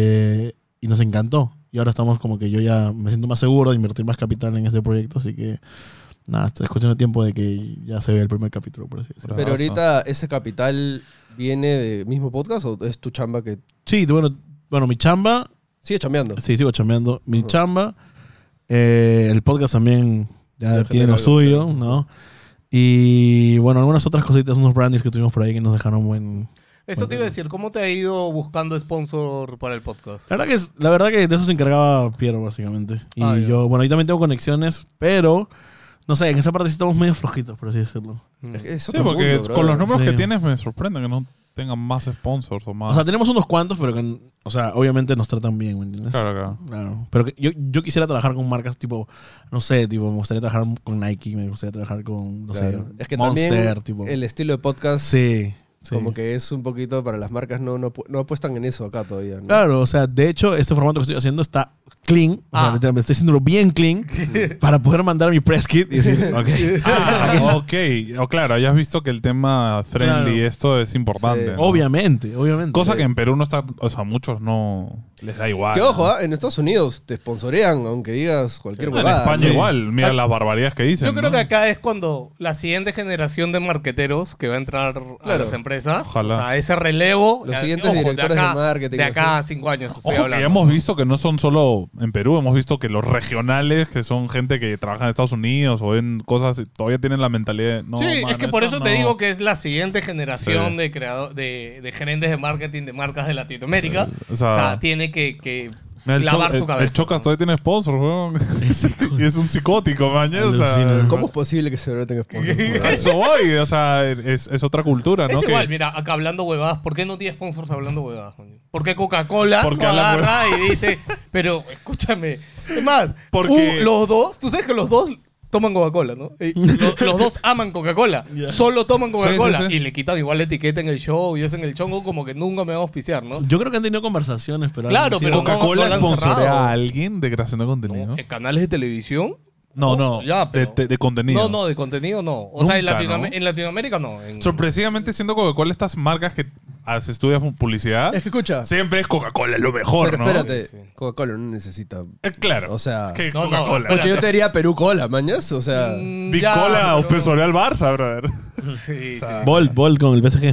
Y nos encantó. Y ahora estamos como que yo ya me siento más seguro de invertir más capital en este proyecto. Así que, nada, es cuestión de tiempo de que ya se vea el primer capítulo, por así decirlo. Pero Bravazo. ahorita, ¿ese capital viene del mismo podcast o es tu chamba que Sí, bueno, mi chamba. sigue chambeando? Sí, sigo chambeando. Mi Ajá. chamba. El podcast también ya Ya tiene genera lo algo, suyo, claro. ¿no? Y bueno, algunas otras cositas, unos brandings que tuvimos por ahí que nos dejaron buen... Eso te iba a decir, ¿cómo te ha ido buscando sponsor para el podcast? La verdad que de eso se encargaba Piero, básicamente. Y Ah, ya. yo, bueno, ahí también tengo conexiones, pero no sé, en esa parte sí estamos medio flojitos, por así decirlo. Es Sí, otro porque mundo, con los brother. números que Sí. tienes me sorprende que no tengan más sponsors o más. O sea, tenemos unos cuantos, pero que, o sea, obviamente nos tratan bien, ¿me entiendes? Claro. Claro. Pero que yo quisiera trabajar con marcas tipo, no sé, tipo, me gustaría trabajar con Nike, me gustaría trabajar con, no Claro. sé, Es que Monster, también tipo. el estilo de podcast Sí. como que es un poquito para las marcas, no apuestan en eso acá todavía, ¿no? Claro, o sea, de hecho, este formato que estoy haciendo está clean. O sea, literalmente estoy haciéndolo bien clean para poder mandar mi press kit y decir, ok. Ah, ok. O claro, hayas visto que el tema friendly, Claro. esto es importante. Sí. ¿no? Obviamente. Cosa que en Perú no está, o sea, muchos no les da igual. Que ¿no? ojo, en Estados Unidos te sponsorean, aunque digas cualquier En huevada. España sí. igual, mira las barbaridades que dicen. Yo creo ¿no? que acá es cuando la siguiente generación de marqueteros que va a entrar a Claro. las empresas, Ojalá. o sea, ese relevo, Los siguientes ojo, directores de marketing, de acá a así. 5 años estoy Ojo, que hablando. ya hemos visto que no son solo en Perú, hemos visto que los regionales, que son gente que trabaja en Estados Unidos o en cosas, todavía tienen la mentalidad de, no, sí, man, es que por eso te no. digo que es la siguiente generación Sí. de gerentes de marketing de marcas de Latinoamérica. O sea, Tiene que Mira, lavar su el cabeza. Chocas todavía tiene sponsor, weón. Y es un psicótico, mañana. O sea, Alucina. ¿Cómo es posible que se tenga sponsor? a eso voy, o sea, es otra cultura, ¿no? Es Que- igual, mira, acá hablando huevadas, ¿por qué no tiene sponsors hablando huevadas? Coño? ¿Por qué Coca-Cola Porque no hablan agarra y dice, pero escúchame, es más, Porque- los dos, tú sabes que los dos toman Coca-Cola, ¿no? Los dos aman Coca-Cola, solo toman Coca-Cola Sí, sí, sí. y le quitan igual la etiqueta en el show y hacen el chongo como que nunca me va a auspiciar, ¿no? Yo creo que han tenido conversaciones, pero... Claro, sí, pero Coca-Cola no lo han sponsorea cerrado. a alguien de creación de contenido. Canales de televisión. No, ya, pero- de contenido. No, de contenido no. O sea, en, Nunca, ¿no? en Latinoamérica no. En- Sorpresivamente, siendo Coca-Cola estas marcas que estudias publicidad, Es que escucha, siempre es Coca-Cola lo mejor, pero ¿no? espérate, Sí. Coca-Cola no necesita... Claro. O sea... que No, no, Coca-Cola. espérate. Oye, yo te diría Perú Cola, mañas, o sea... Big ya, Cola pero- auspiciaría al Barça, brother. Sí, sí. Bolt con el PSG.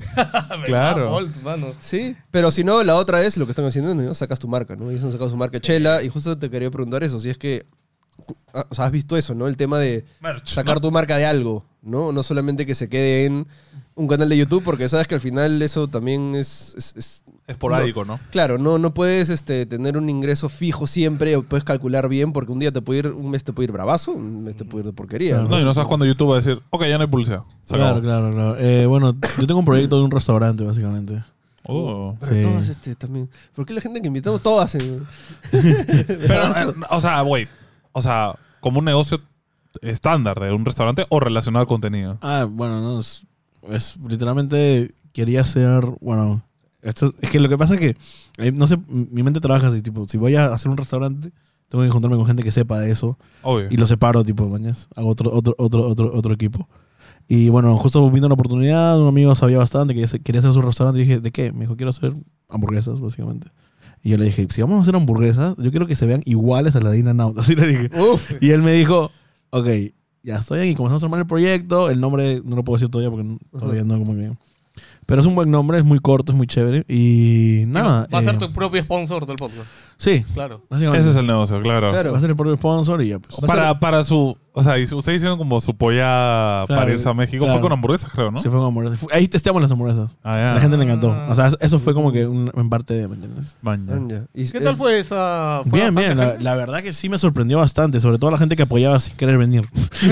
Claro. Bolt, mano. Sí, pero si no, la otra es lo que están haciendo, ¿no? Sacas tu marca, ¿no? Ellos han sacado su marca Chela y justo te quería preguntar eso, si es que O sea, has visto eso, ¿no? El tema de Merch, sacar ¿no? tu marca de algo, ¿no? No solamente que se quede en un canal de YouTube, porque sabes que al final eso también es Esporádico, ¿no? claro, no puedes tener un ingreso fijo siempre, o puedes calcular bien, porque un mes te puede ir bravazo, un mes te puede ir de porquería. Claro. No, y no sabes cuándo YouTube va a decir, ok, ya no hay publicidad. Se Claro, acabó. claro. Bueno, yo tengo un proyecto de un restaurante, básicamente. Oh. Pero Sí. todas también. ¿Por qué la gente que invitamos todas hacen? Pero, o sea, güey, o sea, como un negocio estándar de un restaurante o relacionado al contenido. Bueno, no, es literalmente quería hacer, bueno, es que lo que pasa es que, no sé, mi mente trabaja así, tipo, si voy a hacer un restaurante, tengo que encontrarme con gente que sepa de eso Obvio. y lo separo, tipo, mañas, hago otro equipo. Y bueno, justo vino una oportunidad, un amigo sabía bastante que quería hacer su restaurante y dije, ¿de qué? Me dijo, quiero hacer hamburguesas, básicamente. Y yo le dije, si vamos a hacer hamburguesas, yo quiero que se vean iguales a la de In-N-Out. Así le dije. Uf. Y él me dijo, ok, ya estoy aquí, comenzamos a armar el proyecto. El nombre no lo puedo decir todavía porque todavía no como que... Pero es un buen nombre, es muy corto, es muy chévere. Y nada. Va a ser tu propio sponsor del podcast. Sí, Claro. básicamente. Ese es el negocio, claro. Claro. Va a ser el propio sponsor y ya pues. Para su... O sea, y ustedes hicieron como su polla Claro, para irse a México. claro. Fue con hamburguesas, creo, ¿no? Se fue con hamburguesas. Ahí testeamos las hamburguesas. Ah, ya. A la gente le encantó. O sea, eso fue como que en parte de, ¿me entiendes? Maña. Ya. Y ¿Qué tal fue esa? ¿Fue Bien, bastante bien. gente? La verdad que sí me sorprendió bastante. Sobre todo la gente que apoyaba sin querer venir.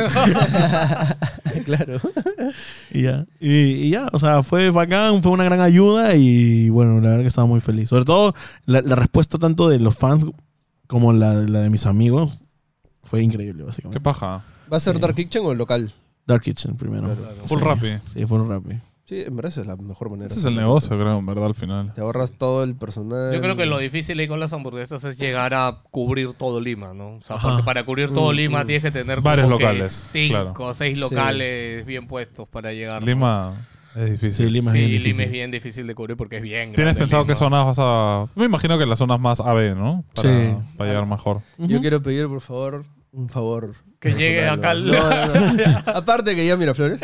Claro. Y ya. Y ya, o sea, fue bacán, fue una gran ayuda y bueno, la verdad que estaba muy feliz. Sobre todo la respuesta tanto de los fans como la de mis amigos fue increíble, ¿Qué básicamente. paja? ¿Va a ser Sí. Dark Kitchen o el local? Dark Kitchen primero. Claro. Full Sí. Rappi. Sí, full Rappi. Sí, en verdad esa es la mejor manera. Ese es el negocio, creo, en verdad, al final. Te ahorras todo el personal. Yo creo que lo difícil ahí con las hamburguesas es llegar a cubrir todo Lima, ¿no? O sea, Ajá. porque para cubrir todo Lima tienes que tener Varios como que locales, 5 o 6 Sí. locales bien puestos para llegar. ¿no? Lima es difícil. Sí, Lima es Sí, bien Lima difícil. es bien difícil de cubrir porque es bien grande. ¿Tienes pensado Lima. qué zonas vas a...? Me imagino que las zonas más AB, ¿no? Para, Sí. para llegar mejor. Yo quiero pedir, por favor, un favor. Que llegue personal, acá ¿no? No. Aparte que ya Miraflores.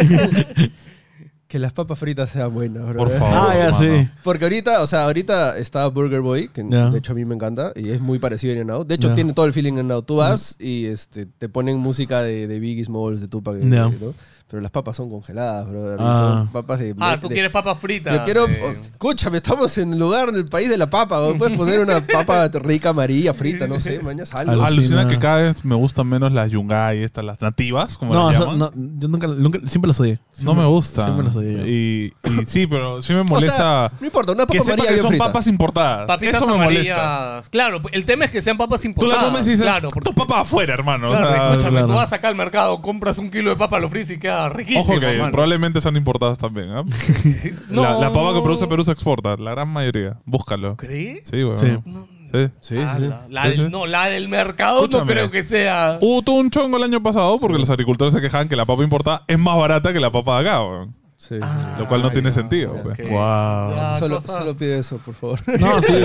Que las papas fritas sean buenas, bro. Por favor. Ah, ya, mano. sí. Porque ahorita está Burger Boy, que Ya. de hecho a mí me encanta, y es muy parecido a In-N-Out. De hecho, Ya. tiene todo el feeling In-N-Out. Tú vas y te ponen música de Biggie Smalls, de Tupac, Ya. ¿no? Pero las papas son congeladas, brother. y Ah. Son papas de... Ah, tú quieres papas fritas. Yo quiero... Escúchame, estamos en el lugar, en el país de la papa. ¿no? Puedes poner una papa rica, amarilla, frita, no sé, mañas algo. Alucina. Alucina que cada vez me gustan menos las yungay, estas, las nativas, como No, las o sea, llaman. no, yo nunca, siempre las odié. No me gusta. Siempre las odié yo. Y sí, pero sí me O molesta sea, no importa, una que papa sepa amarilla que bien son frita. papas importadas. Papitas Eso me molesta. amarillas. Claro, el tema es que sean papas Tú importadas. la comes y dices, claro, tu papa afuera, hermano. O Claro, sea, escúchame, claro. tú vas acá al mercado, compras un kilo de papa, lo fríes y queda riquísimo. Ojo que mano. probablemente son importadas también. ¿Ah? No. La papa que produce Perú se exporta, la gran mayoría. Búscalo. ¿Crees? Sí, weón. Sí. Sí. Sí, Ah, sí. la Sí, sí. no, la del mercado Escúchame. no creo que sea. Hubo un chongo el año pasado porque los agricultores se quejaban que la papa importada es más barata que la papa de acá, weón. Sí, Lo cual no tiene ya, sentido, ok. pues. Wow. Ya, Solo, cosas- solo pide eso, por favor. No, sí.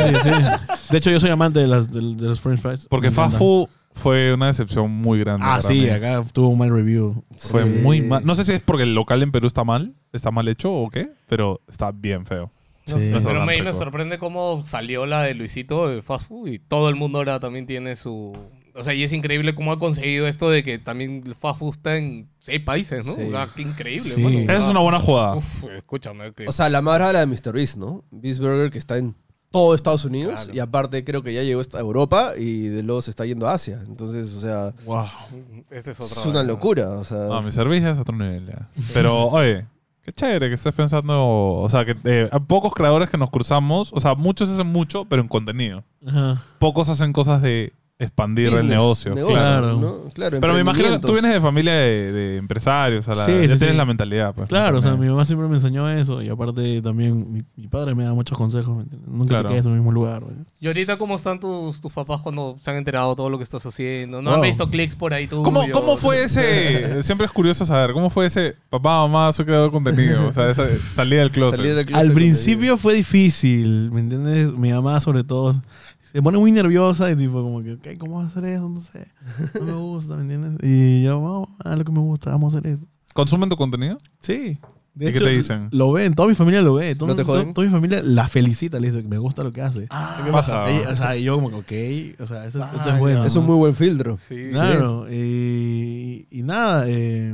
De hecho, yo soy amante de los french fries. Porque Me fast encantan. food fue una decepción muy grande. Ah, para sí, mí. acá tuvo un mal review. Fue Sí. muy mal. No sé si es porque el local en Perú está mal hecho o qué, pero está bien feo. No Sí. sé, No pero tan me rico. sorprende cómo salió la de Luisito de Fast Food y todo el mundo ahora también tiene su... O sea, y es increíble cómo ha conseguido esto de que también el Fast Food está en 6 países, ¿no? Sí. O sea, qué increíble, Sí. mano. Esa es una buena jugada. Uf, escúchame. Que... O sea, la más rara de Mr. Beast, ¿no? Beast Burger que está en todo Estados Unidos Claro. y aparte creo que ya llegó a Europa y de luego se está yendo a Asia. Entonces, o sea, Wow. esa es otra es una vaina. locura. O sea, No, mi servicio es otro nivel ya. Pero, oye, qué chévere que estés pensando. O sea, que hay pocos creadores que nos cruzamos. O sea, muchos hacen mucho, pero en contenido. Ajá. Pocos hacen cosas de expandir el business, negocio. Claro. ¿no? Claro, Pero me imagino que tú vienes emprendimientos. de familia de empresarios. O sea, Sí, ya sí, tienes sí. la mentalidad. Pues, Claro, o sea, mi también. mamá siempre me enseñó eso y aparte también mi padre me da muchos consejos, ¿me entiendes? Nunca Claro. te quedes en el mismo lugar. ¿no? ¿Y ahorita cómo están tus papás cuando se han enterado de todo lo que estás haciendo? ¿No Wow. han visto clics por ahí tú? ¿Cómo fue ese? Siempre es curioso saber. ¿Cómo fue ese papá, mamá, soy creador de contenido? O sea, esa salida del closet. Salir del closet Al con principio fue difícil, ¿me entiendes? Mi mamá sobre todo se pone muy nerviosa y tipo como que, ok, ¿cómo vas a hacer eso? No sé, no me gusta, ¿me entiendes? Y yo, vamos a lo que me gusta, vamos a hacer eso. ¿Consumen tu contenido? Sí, De ¿Y qué te dicen? Lo ven, toda mi familia lo ve. ¿No te joden? Toda mi familia la felicita, le dice que me gusta lo que hace. Baja. O sea, y yo como que, ok, o sea, esto Ah, es bueno. ya. Es un muy buen filtro. Sí. Claro, y nada,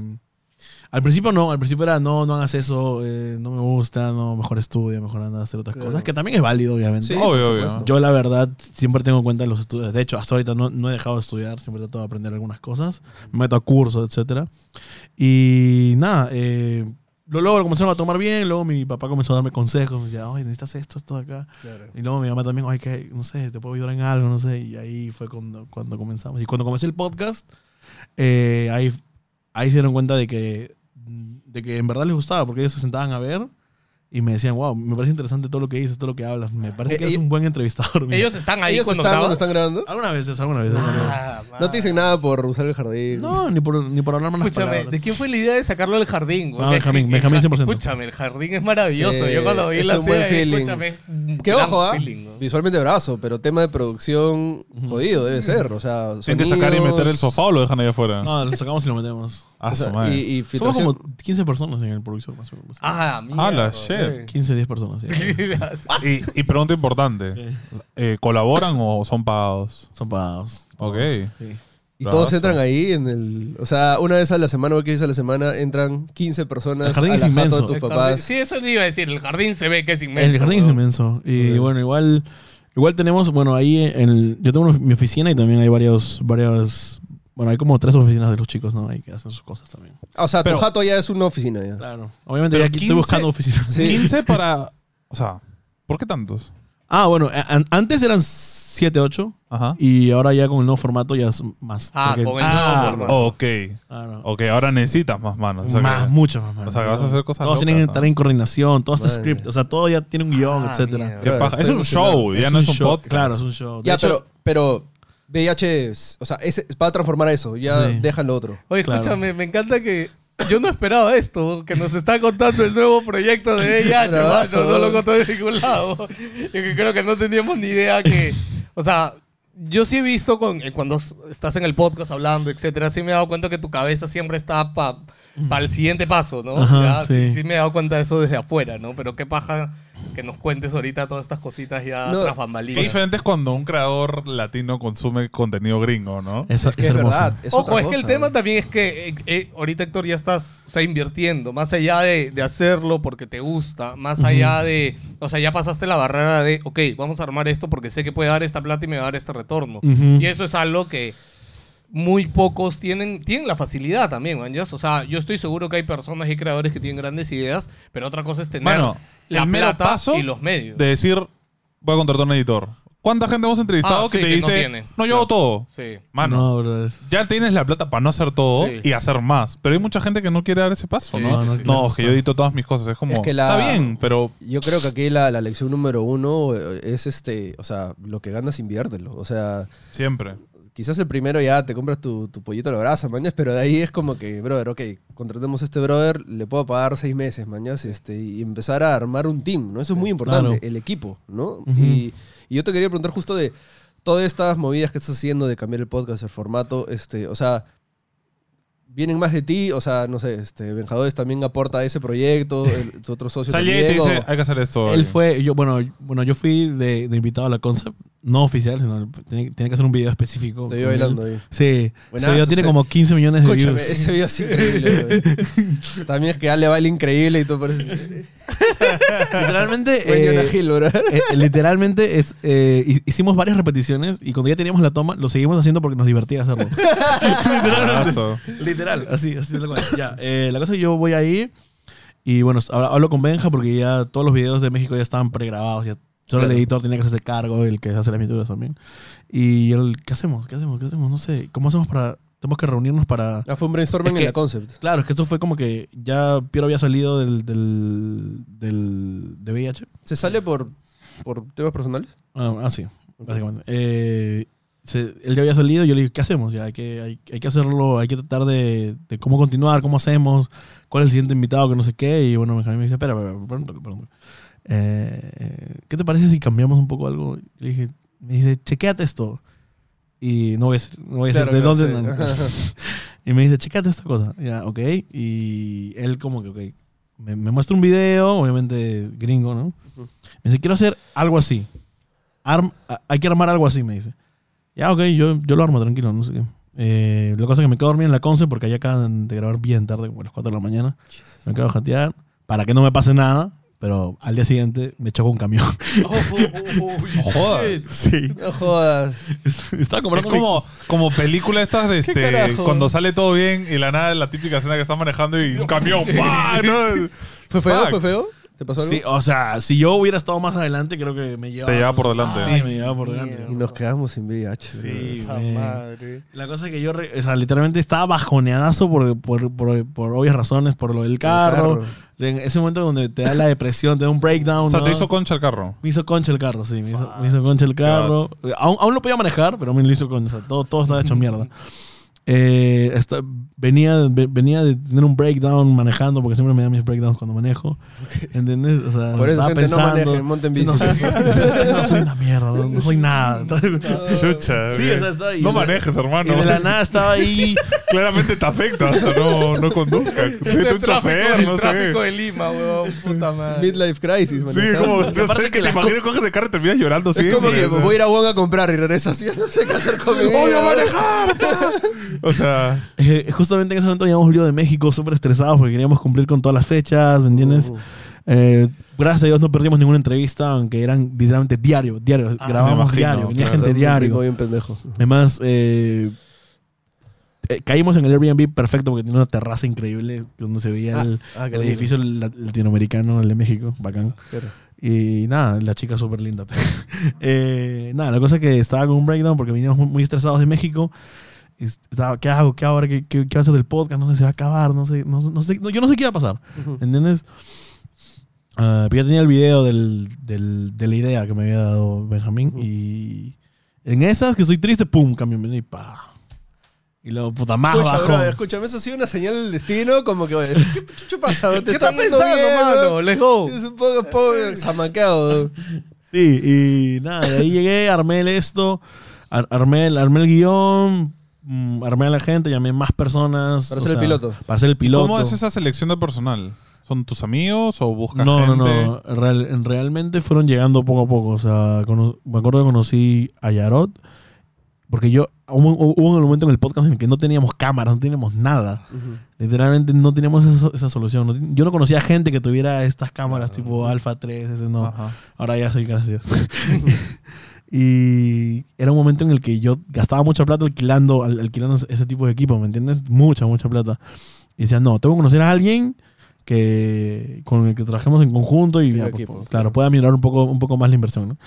al principio era no hagas eso, no me gusta, no, mejor estudia, mejor anda a hacer otras Claro. cosas, que también es válido, obviamente. Sí, Obvio, por obvio. supuesto. Yo la verdad siempre tengo en cuenta los estudios. De hecho, hasta ahorita no he dejado de estudiar, siempre trato de aprender algunas cosas, me meto a cursos, etcétera. Y nada, luego lo comenzaron a tomar bien, luego mi papá comenzó a darme consejos, me decía, oye, necesitas esto de acá. Claro. Y luego mi mamá también, oye, que no sé, te puedo ayudar en algo, no sé. Y ahí fue cuando comenzamos. Y cuando comencé el podcast, ahí se dieron cuenta de que en verdad les gustaba, porque ellos se sentaban a ver y me decían, wow, me parece interesante todo lo que dices, todo lo que hablas. Me parece que eres un buen entrevistador. Mira. Ellos están ahí ¿Ellos cuando están grabas. cuando están grabando? Algunas veces. No te dicen nada por usar el jardín. No, ni por hablar malas Escúchame, palabras. ¿de quién fue la idea de sacarlo del jardín? No, Benjamín 100%. Escúchame, el jardín es maravilloso. Sí, Yo cuando vi es la un buen serie, feeling. escúchame. Que gran ojo, feeling, ¿no? visualmente brazo, pero tema de producción jodido debe ser. O sea, ¿Tienen que sacar y sonidos, meter el sofá o lo dejan ahí afuera? No, lo sacamos y lo metemos. Ah, o sea, su madre. y Somos filtración. como 15 personas en el producción, más o menos. Ah, mierda. Ah, la shit. 15, 10 personas, sí. Y pregunta importante. ¿Colaboran o son pagados? Son pagados. Ok. Sí. Y todos Bravazo. entran ahí en el... O sea, una vez a la semana o 15 a la semana entran 15 personas El jardín a es la jato inmenso. de tus El papás. jardín- Sí, eso le iba a decir. El jardín se ve que es inmenso. El jardín es weón. inmenso. Y Ok. bueno, igual tenemos, bueno, ahí yo tengo mi oficina y también hay varias, bueno, hay como 3 oficinas de los chicos, ¿no? Ahí que hacen sus cosas también. O sea, Pero- tu jato ya es una oficina ya. Claro. Obviamente Pero ya aquí 15 estoy buscando oficinas. Sí. 15 para... O sea, ¿por qué tantos? Ah, bueno, antes eran 7, 8 Ajá. y ahora ya con el nuevo formato ya es más. Ah, porque- con el nuevo formato. ok. Claro. Ok, ahora necesitas más manos. O sea, más, que- muchas más manos. o sea, que vas a hacer cosas Todos locas, tienen que ¿no? estar en coordinación, todo está Madre. script, o sea, todo ya tiene un guión, Ah, etcétera. mierda. ¿Qué Claro, paja? Es estoy un emocionado. show, ya no es un show, podcast. Claro, es un show. De Ya, hecho, pero VIH, o sea, va a transformar eso. Ya Sí. dejan lo otro. Oye, Claro. escúchame, me encanta que yo no esperaba esto, que nos está contando el nuevo proyecto de VIH, Bravazo. mano, no lo contó de ningún lado. Yo que creo que no teníamos ni idea que, o sea, yo sí he visto cuando estás en el podcast hablando, etcétera, sí me he dado cuenta que tu cabeza siempre está para el siguiente paso, ¿no? Ajá, Ya, sí. sí me he dado cuenta de eso desde afuera, ¿no? Pero qué paja que nos cuentes ahorita todas estas cositas ya No, tras Qué bambalinas. diferente es cuando un creador latino consume contenido gringo, ¿no? es Que es hermoso. verdad. Es Ojo, otra es que el cosa. tema también es que ahorita, Héctor, ya estás, o sea, invirtiendo, más allá de hacerlo porque te gusta, más allá de, o sea, ya pasaste la barrera de, ok, vamos a armar esto porque sé que puede dar esta plata y me va a dar este retorno. Ujú. Y eso es algo que muy pocos tienen la facilidad también, man. ¿Ya? O sea, yo estoy seguro que hay personas y creadores que tienen grandes ideas, pero otra cosa es tener Mano, la el mero plata paso y los medios. De decir, voy a contratar un editor. ¿Cuánta gente hemos entrevistado Ah, que sí, te que no dice, tiene. no, yo hago todo? Sí. Mano, No, bro, ya tienes la plata para no hacer todo Sí. y hacer más. Pero hay mucha gente que no quiere dar ese paso, Sí, ¿no? sí, sí. No, Claro, es que yo edito todas mis cosas. Es como, Es que está bien, pero... Yo creo que aquí la lección número 1 es o sea, lo que ganas inviértelo. O sea, Siempre. quizás el primero ya te compras tu pollito a la brasa, mañas, pero de ahí es como que, brother, ok, contratemos a este brother, le puedo pagar 6 meses, mañas, y empezar a armar un team, ¿no? Eso es muy importante, Claro. el equipo, ¿no? Ujú. Y yo te quería preguntar justo de todas estas movidas que estás haciendo de cambiar el podcast, el formato, o sea, ¿vienen más de ti? O sea, no sé, Benjadores también aporta a ese proyecto, tu otro socio Sale y te también, dice, o- hay que hacer esto. Él fue, yo fui de invitado a la Concept, no oficial, sino tenía que hacer un video específico. te vi con él. bailando ahí. Sí, Buenazo, ese video tiene sí. como 15 millones de Escúchame, views. ese video es increíble, güey. También es que Ale baila increíble y todo parece... Literalmente, Buen Jonah Hill, bro. literalmente hicimos varias repeticiones y cuando ya teníamos la toma, lo seguimos haciendo porque nos divertía hacerlo. Abrazo. Literal, así tal cual. Ya, la cosa es que yo voy ahí y bueno, hablo con Benja porque ya todos los videos de México ya estaban pregrabados, ya solo Claro. el editor tenía que hacerse cargo, el que hace las miniaturas también. Y él, ¿qué hacemos? No sé, ¿cómo hacemos para...? Tenemos que reunirnos para... Fue un brainstorming Es que- en la concept. Claro, es que esto fue como que ya Piero había salido de VIH. ¿Se sale por temas personales? Sí, básicamente. Él ya había salido y yo le dije, ¿qué hacemos? Ya, hay que hacerlo, hay que tratar de cómo continuar, cómo hacemos, cuál es el siguiente invitado, que no sé qué. Y bueno, Benjamín me dice, espera, pronto. ¿Qué te parece si cambiamos un poco algo? Le dije, me dice, chequéate esto. Y no voy a decir Claro, de claro, dónde. sí. Y me dice, chequéate esta cosa. Ya, ok. Y él como que, ok, me muestra un video, obviamente gringo, ¿no? Me dice, quiero hacer algo así. Hay que armar algo así, me dice. Ya, ok, yo lo armo, tranquilo, no sé qué. La cosa es que me quedo dormido en la Conce porque allá acaban de grabar bien tarde, como a las 4 de la mañana. Me quedo a jatear para que no me pase nada, pero al día siguiente me chocó un camión. No jodas. Sí. No jodas. Estaba como Es como película estas de carajo? cuando sale todo bien y la nada la típica escena que estás manejando y un camión. ¡pah! ¿No? ¿Fue feo? Fuck. ¿Fue feo? ¿Te pasó algo? Sí, o sea, si yo hubiera estado más adelante, creo que me llevaba... Te llevaba por delante. Sí, me llevaba por delante. Y nos quedamos sin VIH. Sí, Puta man. madre. La cosa es que yo, o sea, literalmente estaba bajoneadazo por obvias razones, por lo del carro. En ese momento donde te da la depresión, te da un breakdown. O sea, ¿no? te hizo concha el carro. Me hizo concha el carro, sí. Me hizo concha el carro. Aún lo podía manejar, pero me lo hizo concha. O sea, todo estaba hecho mierda. Venía de tener un breakdown manejando, porque siempre me dan mis breakdowns cuando manejo. ¿Entendés? O sea, Por eso, estaba gente, no pensando, manejen, monten bici. No, no soy una mierda, no soy nada. Chucha. Sí, o sea, estaba ahí. No manejes, hermano. Y de la nada estaba ahí. Claramente te afecta. O sea, no conduzca. Siete un chofer, no el tráfico sé. de Lima, weón. Puta madre. Midlife crisis, Sí, manejando. como, no aparte sé, que que te las imaginas, coges el carro y terminas llorando. Sí, Es como que voy a ir a Wong a comprar y regreso así. Yo no sé qué hacer con mi vida. ¡Odio manejar! O sea, Justamente en ese momento habíamos volvido de México súper estresados porque queríamos cumplir con todas las fechas, ¿me entiendes? Gracias a Dios no perdimos ninguna entrevista, aunque eran literalmente diario. me Grabábamos imagino, diario, venía claro. gente diario. Bien pendejo. Además, caímos en el Airbnb perfecto porque tenía una terraza increíble donde se veía el qué edificio latinoamericano, el de México, bacán. lindo. Y nada, la chica súper linda. Nada, la cosa es que estaba con un breakdown porque veníamos muy estresados de México. Y estaba, ¿qué hago? ¿Qué ahora? ¿Qué va a hacer del podcast? No sé, se va a acabar. No sé, yo no sé qué iba a pasar. ¿Entiendes? Pero ya tenía el video de la idea que me había dado Benjamín. Y en esas, que soy triste, pum, cambio y pa. Y luego, puta, más Escucha, bajo. bro, escúchame, eso ha sido una señal del destino, como que, oye, ¿qué chucho pasa? Te ¿Qué está estás yendo pensando, bien, mano? ¿no? Let's go. Es un poco zamaqueado. Sí, y nada, de ahí llegué, armé armé el guión, armé a la gente, llamé más personas. Para ser el piloto. Para ser el piloto. ¿cómo es esa selección de personal? ¿Son tus amigos o buscas No, gente? no. Realmente fueron llegando poco a poco. O sea, me acuerdo que conocí a Yarot. Porque hubo un momento en el podcast en el que no teníamos cámaras, no teníamos nada. Literalmente no teníamos esa solución. Yo no conocía gente que tuviera estas cámaras tipo Alpha 3, ese no. Ajá. Ahora ya soy gracias. Y era un momento en el que yo gastaba mucha plata alquilando ese tipo de equipo, ¿me entiendes? Mucha plata. Y decía, no, tengo que conocer a alguien con el que trabajemos en conjunto y ya, equipo, claro, pueda mirar un poco más la inversión, ¿no?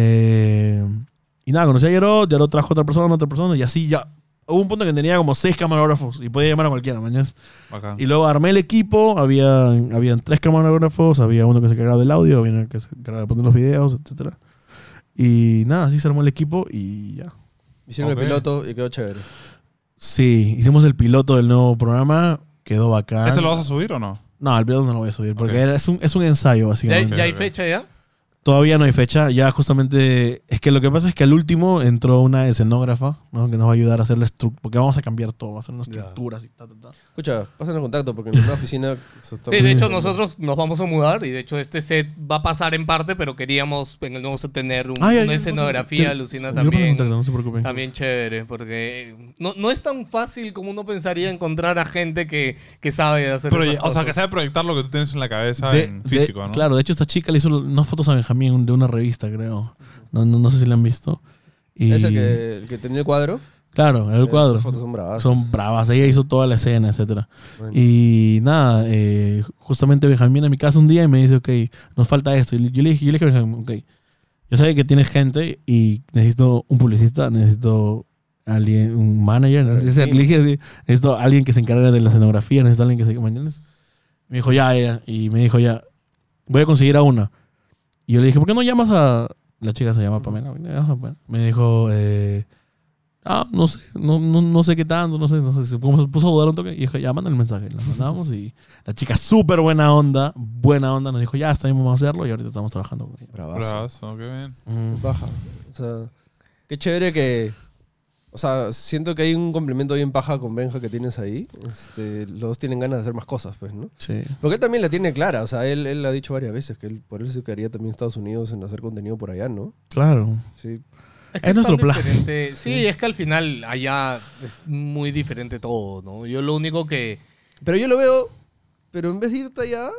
Y nada, conocí a Yarot trajo otra persona, y así ya. Hubo un punto que tenía como 6 camarógrafos y podía llamar a cualquiera, mañana. Bacán. Y luego armé el equipo, habían 3 camarógrafos, había uno que se encargaba del audio, había uno que se encargaba de poner los videos, etc. Y nada, así se armó el equipo y ya. Hicieron Ok. el piloto y quedó chévere. Sí, hicimos el piloto del nuevo programa, quedó bacán. ¿Ese lo vas a subir o no? No, el piloto no lo voy a subir, porque Ok. es un ensayo, básicamente. ¿Ya hay fecha ya? Todavía no hay fecha, ya justamente... Es que lo que pasa es que al último entró una escenógrafa, ¿no? Que nos va a ayudar a hacer la estructura, porque vamos a cambiar todo, va a hacer unas estructuras y tal. Escucha, pásanos contacto porque en la oficina... Sí, de hecho nosotros nos vamos a mudar y de hecho este set va a pasar en parte, pero queríamos en el nuevo set tener una escenografía, alucina también. No se preocupen. También chévere, porque no es tan fácil como uno pensaría encontrar a gente que sabe hacer Pero, esas o sea, cosas. que sabe proyectar lo que tú tienes en la cabeza en físico, ¿no? Claro, de hecho esta chica le hizo unas fotos a Benjamín de una revista, creo. No sé si la han visto. Y, ¿Es el que tenía el cuadro? Claro, el cuadro. Esas fotos son bravas. Son bravas. Ella hizo toda la escena, etcétera. Bueno. Y nada, justamente Benjamín a mi casa un día y me dice, ok, nos falta esto. Y yo le dije a Benjamín, ok, yo sé que tienes gente y necesito un publicista, necesito alguien, un manager, Sí. le dije así, necesito alguien que se encargue de la escenografía, necesito alguien que se... ¿Me entiendes? Me dijo, ya. Y me dijo, ya, voy a conseguir a una. Y yo le dije, ¿por qué no llamas a...? La chica se llama Pamela. Me dijo, no sé, no sé qué tanto, no sé, se puso a dudar un toque. Y dijo, ya, manda el mensaje. La mandamos y la chica súper buena onda, nos dijo, ya, está bien, vamos a hacerlo. Y ahorita estamos trabajando con ella. Bravazo. Brazo, qué bien. Baja. O sea, qué chévere que O sea, siento que hay un complemento bien paja con Benja que tienes ahí. Los dos tienen ganas de hacer más cosas, pues, ¿no? Sí. Porque él también la tiene clara. O sea, él ha dicho varias veces que él por eso se quedaría también en Estados Unidos en hacer contenido por allá, ¿no? Claro. Sí. Es nuestro tan plan. diferente. Sí, es que al final allá es muy diferente todo, ¿no? Yo lo único que... Pero yo lo veo, pero en vez de irte allá,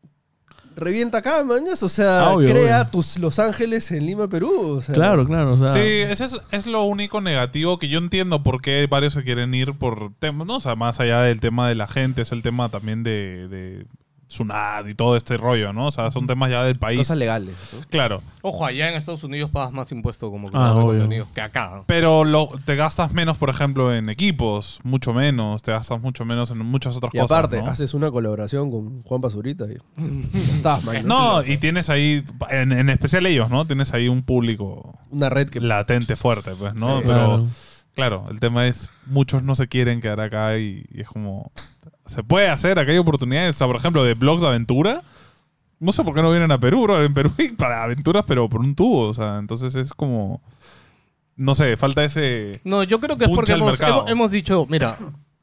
revienta acá, mañas. O sea, Obvio, crea obvio. tus Los Ángeles en Lima, Perú. O sea, Claro, claro. O sea, Sí, ese es lo único negativo que yo entiendo por qué varios se quieren ir por temas, ¿no? O sea, más allá del tema de la gente, es el tema también de Sunad y todo este rollo, ¿no? O sea, son temas ya del país. cosas legales, ¿no? Claro. Ojo, allá en Estados Unidos pagas más impuestos como Ah, creador de obvio. contenido que acá. Pero te gastas menos, por ejemplo, en equipos, mucho menos, te gastas mucho menos en muchas otras Y cosas. aparte, ¿no? haces una colaboración con Juan Pazurita y ya estás, man. No, y tienes ahí, en especial ellos, ¿no? Tienes ahí un público Una red que... latente fuerte, pues, ¿no? Sí. Pero, claro, el tema es, muchos no se quieren quedar acá y es como, se puede hacer, acá hay oportunidades, o sea, por ejemplo, de blogs de aventura. No sé por qué no vienen a Perú, bro. En Perú hay para aventuras, pero por un tubo, o sea, entonces es como, no sé, falta ese... No, yo creo que es Puncha porque al mercado. hemos dicho, mira,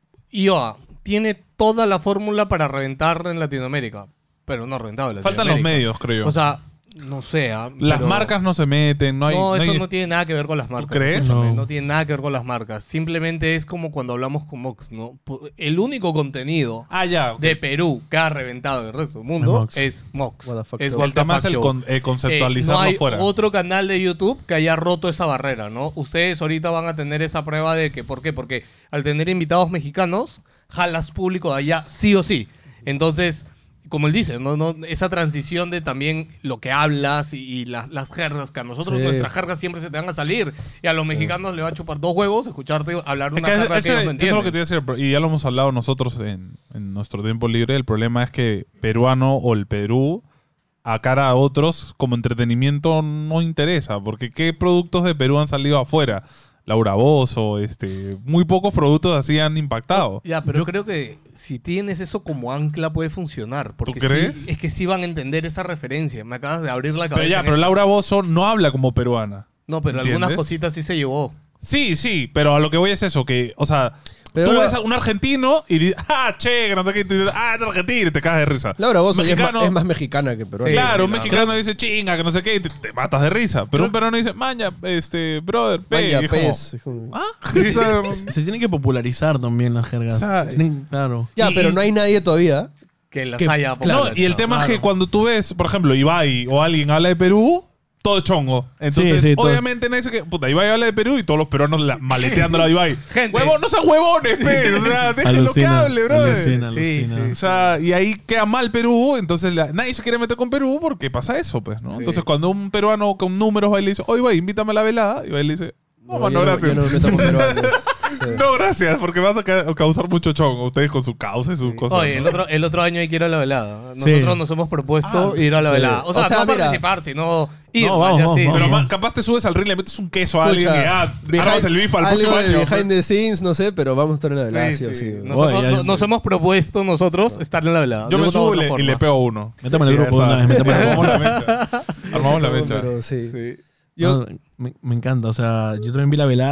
IOA tiene toda la fórmula para reventar en Latinoamérica, pero no ha reventado en Faltan los Latinoamérica. medios, creo yo. O sea, no sé. Las pero- marcas no se meten, no hay... No, eso hay- no tiene nada que ver con las marcas. crees? Escúchame, No. no tiene nada que ver con las marcas. Simplemente es como cuando hablamos con Mox, ¿no? El único contenido Ah, ya. ok. de Perú que ha reventado en el resto del mundo es Mox. What the fuck Es show. What El the tema fuck es el show. conceptualizarlo no hay fuera. otro canal de YouTube que haya roto esa barrera, ¿no? Ustedes ahorita van a tener esa prueba de que, ¿por qué? Porque al tener invitados mexicanos, jalas público de allá sí o sí. Entonces, como él dice, ¿no? Esa transición de también lo que hablas y las jergas, que a nosotros Sí. nuestras jergas siempre se te van a salir y a los mexicanos le va a chupar dos huevos escucharte hablar Es una que jerga que ellos no eso es lo que entienden. te iba a decir, y ya lo hemos hablado nosotros en nuestro tiempo libre. El problema es que peruano o el Perú, a cara a otros, como entretenimiento no interesa, porque ¿qué productos de Perú han salido afuera? Laura Bozzo, muy pocos productos así han impactado. Ya, pero creo que si tienes eso como ancla puede funcionar. Porque crees? sí, es que sí van a entender esa referencia. Me acabas de abrir la cabeza. Pero ya, en pero eso. Laura Bozzo no habla como peruana. No, pero ¿entiendes? algunas cositas sí se llevó. Sí, pero a lo que voy es eso, que, o sea, Pero tú ahora- ves a un argentino y dices, che, que no sé qué, y tú dices, es argentino, y te cagas de risa. Laura Bozzo ya Mexicano- es más mexicana que peruana. Sí, Claro, un claro. mexicano dice chinga, que no sé qué, y te matas de risa. Pero un peruano dice, maña, brother, pe. Vaya, y es como, pez. Es como- ¿ah? se tienen que popularizar también las jergas. O sea, Claro. Ya, Y- pero no hay nadie todavía. Que las Que- haya claro, No, y el tema es que claro. cuando tú ves, por ejemplo, Ibai o alguien habla de Perú, todo chongo. Entonces, Sí, todo. obviamente nadie dice que, puta, Ibai habla de Perú y todos los peruanos maleteando a Ibai. Gente. Huevón, no sean huevones, pe. O sea, déjenlo que hable, brother. Alucina, Sí, alucina. sí. O sea, y ahí queda mal Perú, entonces nadie se quiere meter con Perú porque pasa eso, pues, ¿no? Sí. Entonces, cuando un peruano con números va y le dice, oye, Ibai, invítame a la velada, y Ibai le dice, no, mano, yo gracias. yo no me meto con peruanos. Sí. No, gracias, porque vas a causar mucho chongo. Ustedes con su causa y sus cosas. Oye, ¿no? el otro año hay que ir a la velada. Sí. Nosotros nos hemos propuesto ir a la sí. velada. O sea, O sea, no mira. participar, sino ir. No, man, vamos, ya vamos, sí. vamos. Pero capaz te subes al ring y le metes un queso a alguien y armas el bife al algo próximo de año. behind the scenes, no sé, pero vamos a estar en la velada, Sí, sí o sí. sí. Nosotros Oye, ya es- nos hemos propuesto nosotros estar en la velada. Yo De me una u subo otra y forma. le pego a uno. Métame en el Y ya grupo de una está. vez, métame en el grupo. Armamos la mecha. Armamos la mecha. Pero sí. Sí. Yo, No, me encanta. O sea, yo también vi la velada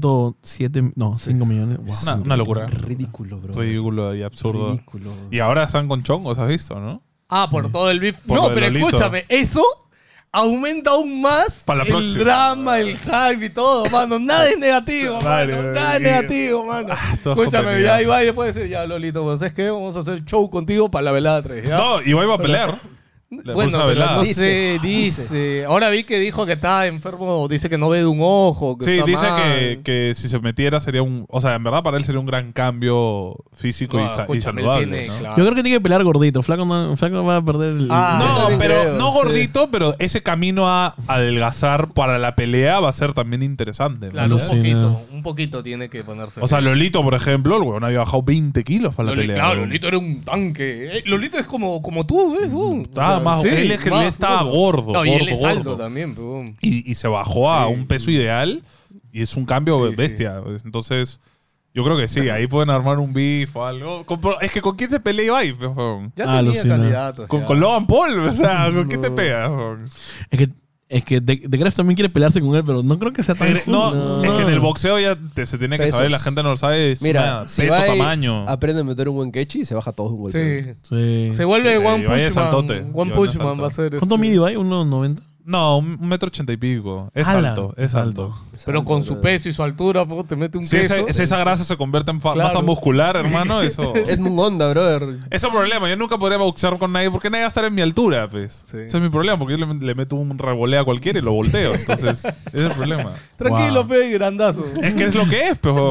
3.7, no, 5 millones. Wow. Una locura. ridículo, bro. Ridículo y absurdo. Ridículo. Y ahora están con chongos, ¿has visto, no? Ah, por todo el beef. Por No, lo de pero Lolito. escúchame, eso aumenta aún más Pa' la el próxima. drama, el hype y todo, mano. Nada es negativo, Vale, mano. vale. Nada es negativo, mano. todo Escúchame, contenido. ya iba y después decir, ya, Lolito, pues es que vamos a hacer show contigo para la velada 3, ¿ya? No, Ibai va a pelear. La Bueno, próxima pero velada. no sé, dice. Ahora vi que dijo que está enfermo, dice que no ve de un ojo. Que Sí, está dice mal. que si se metiera sería un... O sea, en verdad para él sería un gran cambio físico No, y escúchame, él saludable, tiene, ¿no? claro. Yo creo que tiene que pelear gordito. Flaco, Flaco va a perder el. Ah, No, también pero creo, no sí. gordito, pero ese camino a adelgazar para la pelea va a ser también interesante. ¿no? Claro, Alucina. un poquito tiene que ponerse. O sea, Lolito, por ejemplo, el weón había bajado 20 kilos para la pelea. Claro, weón. Lolito era un tanque. Lolito es como tú, ¿ves? Estaba más- él es que él estaba gordo, No, y él gordo, es alto gordo. también. Pum. Y se bajó a Sí. un peso ideal y es un cambio Sí, bestia. Entonces, yo creo que sí, ahí pueden armar un beef o algo. Es que ¿con quién se pelea Ibai? Pues, weón? Ya tenía Alucina. candidatos. Con, ya. con Logan Paul, o sea, ¿con quién te pegas? weón? Es que Es que De Gref también quiere pelearse con él, pero no creo que sea tan justo. No, es que en el boxeo ya se tiene que Pesos. saber, la gente no lo sabe. Mira, si peso, va y tamaño. aprende a meter un buen catchy y se baja todo de un golpe. Sí. Sí. Se vuelve Sí, One vaya Punch saltote. Man. One Vaya Punch salto. Man va a ser. ¿Cuánto mide Ibai? ¿1.90? No, 1,80 m y pico. Es ¡Hala! alto, es alto. Pero con su peso y su altura, pues, te mete un Si queso. esa grasa se convierte en Claro. masa muscular, hermano, eso... Es un onda, brother. Ese es el problema. Yo nunca podría boxear con nadie porque nadie va a estar en mi altura, pues. Sí. Ese es mi problema, porque yo le meto un revolea a cualquiera y lo volteo. Entonces, ese es el problema. Tranquilo, Wow. pe, grandazo. Es que es lo que es, pero...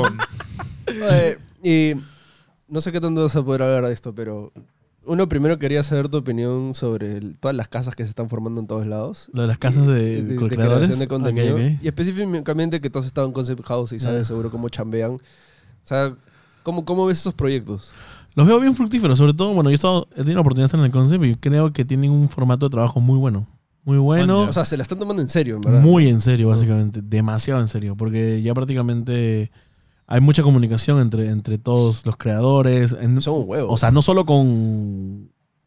Y no sé qué tanto vas a poder hablar de esto, pero uno primero quería saber tu opinión sobre todas las casas que se están formando en todos lados. Lo de las casas de creación creadores. de contenido. Ok, ok. Y específicamente que todos estaban en Concept House y sabes seguro cómo chambean. O sea, ¿cómo ves esos proyectos? Los veo bien fructíferos, sobre todo, bueno, he tenido la oportunidad de estar en el concept y creo que tienen un formato de trabajo muy bueno. Muy bueno. O sea, se la están tomando en serio, en verdad. Muy en serio, básicamente. Demasiado en serio. Porque ya prácticamente hay mucha comunicación entre todos los creadores. Son un huevo. O sea, no solo con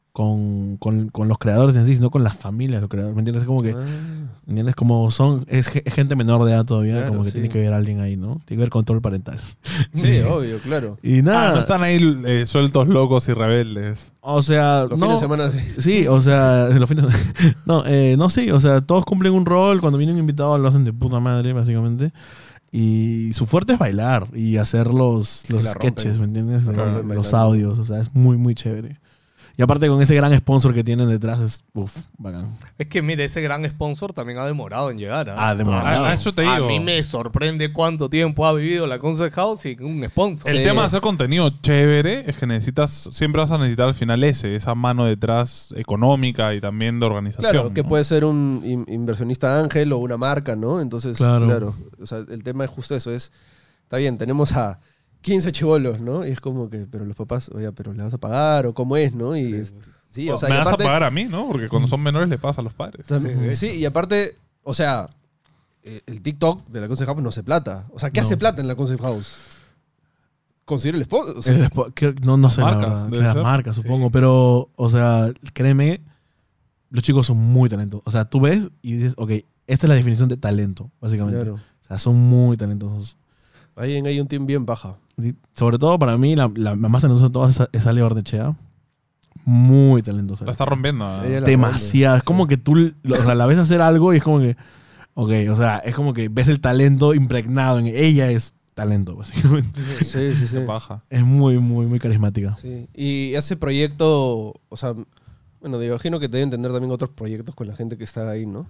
los creadores en sí, sino con las familias de los creadores. ¿Me entiendes? Es como que, ¿me entiendes? Como es gente menor de edad todavía, Claro, como que sí. tiene que ver a alguien ahí, ¿no? Tiene que ver control parental. Sí, obvio, claro. Y nada. no están ahí sueltos, locos y rebeldes. O sea, Los no. fines de semana sí. Sí, o sea, en los fines no, sí, o sea, todos cumplen un rol, cuando vienen invitados lo hacen de puta madre, básicamente. Y su fuerte es bailar y hacer los la sketches, rompen. ¿me entiendes? La rompen Los bailando. audios, o sea, es muy, muy chévere. Y aparte con ese gran sponsor que tienen detrás, es bacán. Es que, mire, ese gran sponsor también ha demorado en llegar. ¿Ah? Ah, demorado. A eso te digo. A mí me sorprende cuánto tiempo ha vivido la Concept House sin un sponsor. El Sí. tema de hacer contenido chévere es que siempre vas a necesitar al final esa mano detrás económica y también de organización. Claro, que ¿no? puede ser un inversionista ángel o una marca, ¿no? Entonces, Claro. claro. O sea, el tema es justo eso. Está bien, tenemos a 15 chibolos, ¿no? Y es como que, pero los papás, oye, pero ¿le vas a pagar? ¿O cómo es, no? Y sí, o sea, me y vas aparte, a pagar a mí, ¿no? Porque cuando son menores le pasa a los padres. Sí, y aparte, o sea, el TikTok de la Concept House no hace plata. O sea, ¿qué No. hace plata en la Concept House? Conseguir el sponsor. O sea, No sé, la marcas, verdad. debe Las ser. marcas, supongo. Pero, o sea, créeme, los chicos son muy talentosos. O sea, tú ves y dices, ok, esta es la definición de talento, básicamente. claro. O sea, son muy talentosos. Hay un team bien baja. Y sobre todo para mí, la más talentosa de todas es Ale Barnechea. Muy talentosa. La está rompiendo. Ella la Demasiado. Es como que tú o sea, la ves hacer algo y es como que, ok, o sea, es como que ves el talento impregnado en ella. Es talento, básicamente. Sí, sí, sí. Baja. Es muy, muy, muy carismática. Sí. Y ese proyecto, o sea, bueno, me imagino que te deben entender también otros proyectos con la gente que está ahí, ¿no?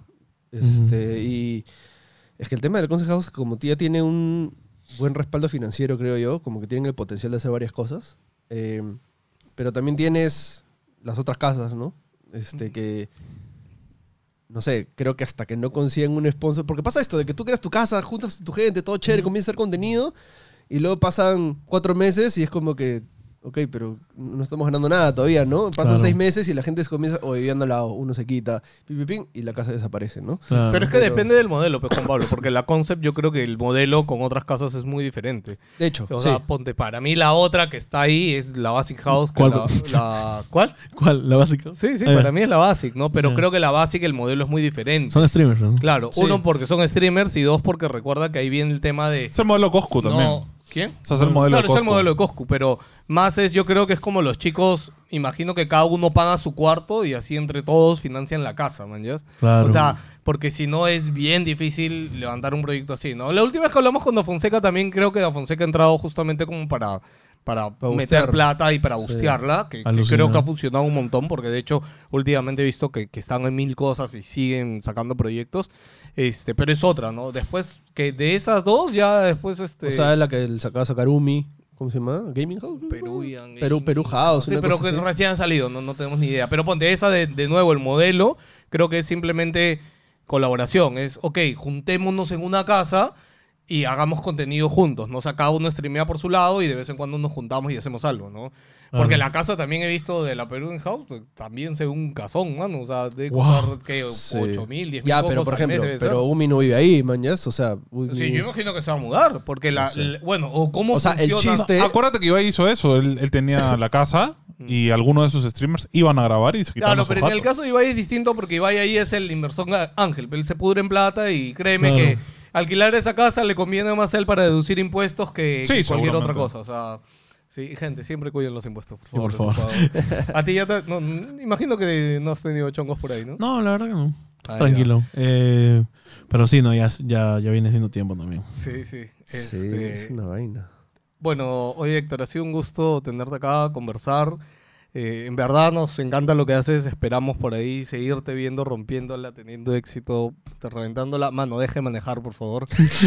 Y es que el tema del Concept House, como ya tiene un buen respaldo financiero, creo yo, como que tienen el potencial de hacer varias cosas, pero también tienes las otras casas, ¿no? Que, no sé, creo que hasta que no consiguen un sponsor, porque pasa esto, de que tú creas tu casa, juntas a tu gente, todo chévere, comienza a hacer contenido, y luego pasan 4 meses y es como que, ok, pero no estamos ganando nada todavía, ¿no? Pasan Claro. 6 meses y la gente se comienza, o viviendo al lado, uno se quita, pim, pim, pim, y la casa desaparece, ¿no? Claro. Pero es que Pero- depende del modelo, pues, Juan Pablo, porque la Concept yo creo que el modelo con otras casas es muy diferente. De hecho, O sí. sea, ponte, para mí la otra que está ahí es la Basic House. Que ¿Cuál? ¿Cuál? ¿Cuál? ¿La básica? Sí, sí, Ah, para ya. mí es la Basic, ¿no? Pero Ya. creo que la Basic, el modelo es muy diferente. Son streamers, ¿no? Claro, Sí. uno porque son streamers y dos porque recuerda que ahí viene el tema de... Es el modelo Coscu también. No, ¿quién? O sea, es el modelo Claro, de es Coscu. el modelo de Coscu, pero más yo creo que es como los chicos, imagino que cada uno paga su cuarto y así entre todos financian la casa, man, ¿ya? Claro. O sea, porque si no es bien difícil levantar un proyecto así, ¿no? La última vez que hablamos con Da Fonseca también creo que Da Fonseca ha entrado justamente como para meter bustear. plata y para Sí. bustearla, que Alucina. creo que ha funcionado un montón, porque de hecho últimamente he visto que están en 1000 cosas y siguen sacando proyectos, pero es otra, ¿no? Después que de esas dos, ya después O sea, la que acaba de sacar Umi, ¿cómo se llama? ¿Gaming House? Peruvian Perú House, Sí, una pero cosa que así. recién han salido, no tenemos ni idea. Pero ponte, esa de nuevo, el modelo, creo que es simplemente colaboración. Es, ok, juntémonos en una casa y hagamos contenido juntos. No, o sea, cada uno streamea por su lado y de vez en cuando nos juntamos y hacemos algo, ¿no? Porque Claro. la casa también he visto de la Peruvian House, también se ve un casón, mano. O sea, de Wow. costar, ¿qué? Sí. 8.000, 10.000 Ya, pero cocos por al mes ejemplo, debe ser. pero Umi no vive ahí, mañas. O sea, Umi Sí, yo es- imagino que se va a mudar, porque bueno, o cómo O sea, el funciona- chiste- Acuérdate que Ibai hizo eso. Él tenía la casa y algunos de sus streamers iban a grabar y se quitaban Claro, los pero en el ojos. caso de Ibai es distinto porque Ibai ahí es el inversor ángel. Él se pudre en plata y créeme Claro. que alquilar esa casa le conviene más a él para deducir impuestos que Sí, cualquier otra seguramente. cosa. O sea, sí, gente, siempre cuiden los impuestos. por favor. A ti ya te... No, imagino que no has tenido chongos por ahí, ¿no? No, la verdad que no. Ah, Tranquilo. Pero sí, no, ya viene siendo tiempo también. Sí, sí. Sí, es una vaina. Bueno, oye Héctor, ha sido un gusto tenerte acá, conversar. En verdad nos encanta lo que haces, esperamos por ahí seguirte viendo, rompiéndola, teniendo éxito, reventándola. Mano, deja de manejar, por favor.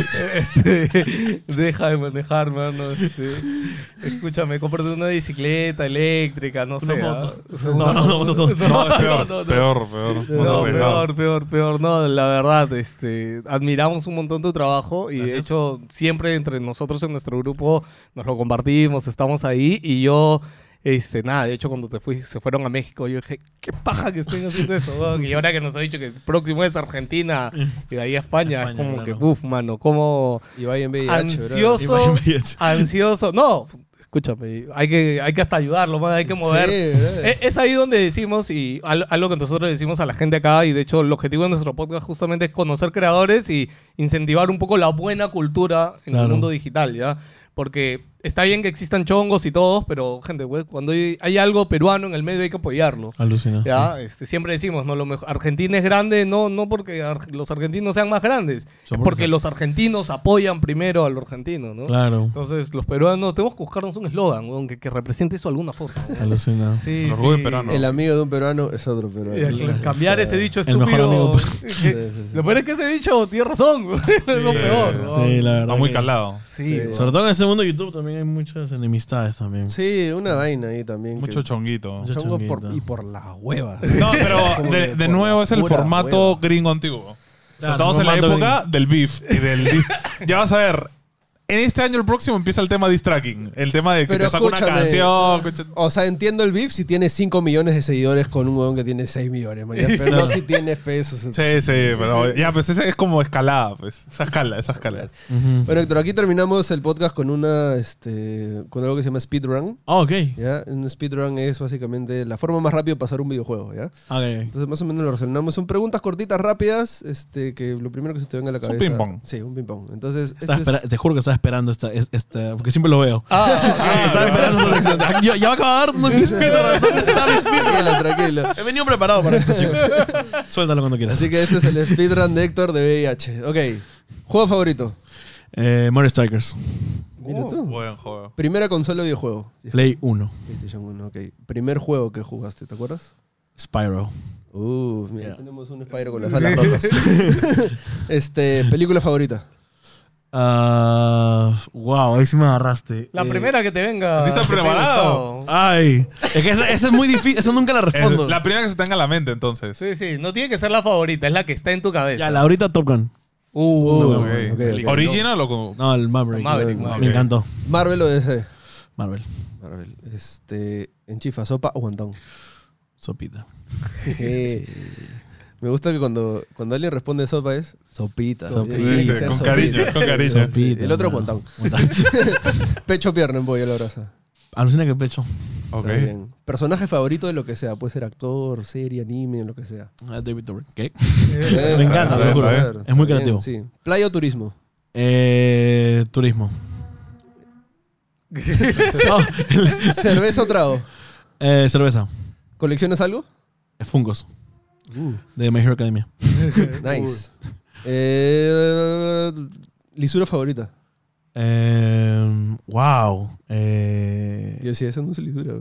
Deja de manejar, mano. Escúchame, cómprate una bicicleta eléctrica, no sé. Una moto. ¿ah? O sea, No, No, es peor, no, no. peor. No, Arriesgado. peor. No, la verdad, admiramos un montón tu trabajo y de Gracias. hecho siempre entre nosotros en nuestro grupo nos lo compartimos, estamos ahí y yo, nada, de hecho cuando se fueron a México yo dije, qué paja que estén haciendo eso, weón. Y ahora que nos ha dicho que el próximo es Argentina y de ahí a España, es España, como que, claro. uf, mano, como Y vaya en VIH, ansioso, ansioso, no, escúchame, hay que hasta ayudarlo, man, hay que mover. Sí, brother. Es ahí donde decimos, y algo que nosotros decimos a la gente acá, y de hecho el objetivo de nuestro podcast justamente es conocer creadores y incentivar un poco la buena cultura en el Claro. mundo digital, ¿ya? Porque está bien que existan chongos y todos, pero gente, güey, cuando hay algo peruano en el medio hay que apoyarlo. Alucina. ¿Ya? Siempre decimos, ¿no? Lo mejor, Argentina es grande no porque los argentinos sean más grandes, es porque los argentinos apoyan primero a los argentinos, ¿no? Claro. Entonces, los peruanos tenemos que buscarnos un eslogan, weón, que represente eso de alguna forma. weón. Alucina. Sí, El orgullo sí. peruano. El amigo de un peruano es otro peruano. Cambiar ese dicho El mejor estúpido. amigo. Sí. Lo peor es que ese dicho tiene razón, weón. Es lo peor. weón. Sí, la verdad. Está muy que- calado. Sí, Sí. weón. Sobre todo en este mundo de YouTube también hay muchas enemistades también. Sí, una vaina ahí también. Mucho que- chonguito. Mucho chongo chonguito. y por las huevas. No, pero Como de que por nuevo la es el pura formato hueva. gringo antiguo. O sea, Claro, estamos en la formato época del beef y del ya vas a ver. En este año el próximo empieza el tema diss tracking. El tema de que Pero te saca una escúchame. canción. escucha- O sea, entiendo el beef si tienes 5 millones de seguidores con un huevón que tiene 6 millones, man, ya, pero no si tienes pesos. Sí, pero ya, pues ese es como escalada, pues. Esa escala. Ujú. Bueno, Héctor, aquí terminamos el podcast con con algo que se llama speedrun. Ah, ok. ¿Ya? Un speedrun es básicamente la forma más rápida de pasar un videojuego, ¿ya? Ok. Entonces, más o menos lo resolvemos. Son preguntas cortitas, rápidas, que lo primero que se te venga a la Es un cabeza. ping-pong. Sí, un ping-pong. Entonces, Te juro que estaba esperando esta, porque siempre lo veo. Estaba esperando esta sección. Ya va a acabar. No, mi speedrun. ¿Dónde está mi speedrun? tranquilo. He venido preparado para esto, chicos. Suéltalo cuando quieras. Así que este es el speedrun de Héctor de VIH. Ok. ¿Juego favorito? Mario Strikers. Mira tú. Buen juego. Primera consola o videojuego. Play 1. PlayStation 1, ok. Primer juego que jugaste, ¿te acuerdas? Spyro. Mira, Yeah. tenemos un Spyro con las alas rotas. Película favorita. Wow, ahí sí me agarraste. La primera que te venga. ¿Estás que te haya preparado? gustado. Ay, es que esa es muy difícil. Esa nunca la respondo. La primera que se tenga a la mente, entonces. Sí, sí. No tiene que ser la favorita, es la que está en tu cabeza. Ya, la ahorita Top Gun. Ok. ok. ¿Original o como.? No, el Maverick. Maverick, Me Maverick. encantó. Marvel o DC. Marvel. Marvel. Enchifa, sopa o guantón. Sopita. Me gusta que cuando alguien responde sopa es sopita. Sopita. Tiene que Sí, ser con sopita. cariño, con cariño. Sopita. El otro mano. guantón. Pecho, pierna en pollo a la brasa. Alucina que pecho. Ok. Está bien. Personaje favorito de lo que sea. Puede ser actor, serie, anime, lo que sea. David Dobrik. ¿Qué? Me Me encanta, te lo juro. Es muy creativo. Sí. ¿Playa o turismo? Turismo. ¿Cerveza o trago? Cerveza. ¿Coleccionas algo? Fungos. De My Hero Academia. Nice. ¿Lisura favorita? Wow. Yo decía, esa no es lisura.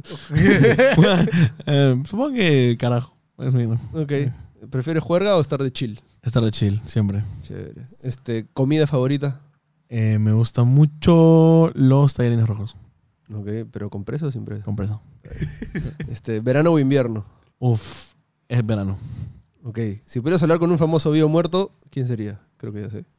Supongo que carajo. Es mío. Ok. ¿Prefieres juerga o estar de chill? Estar de chill, siempre. Chévere. ¿Comida favorita? Me gustan mucho los tallarines rojos. Ok, pero ¿con presa o sin presa? Con presa. ¿Verano o invierno? Uf, es verano. Ok. Si pudieras hablar con un famoso vivo muerto, ¿quién sería? Creo que ya sé.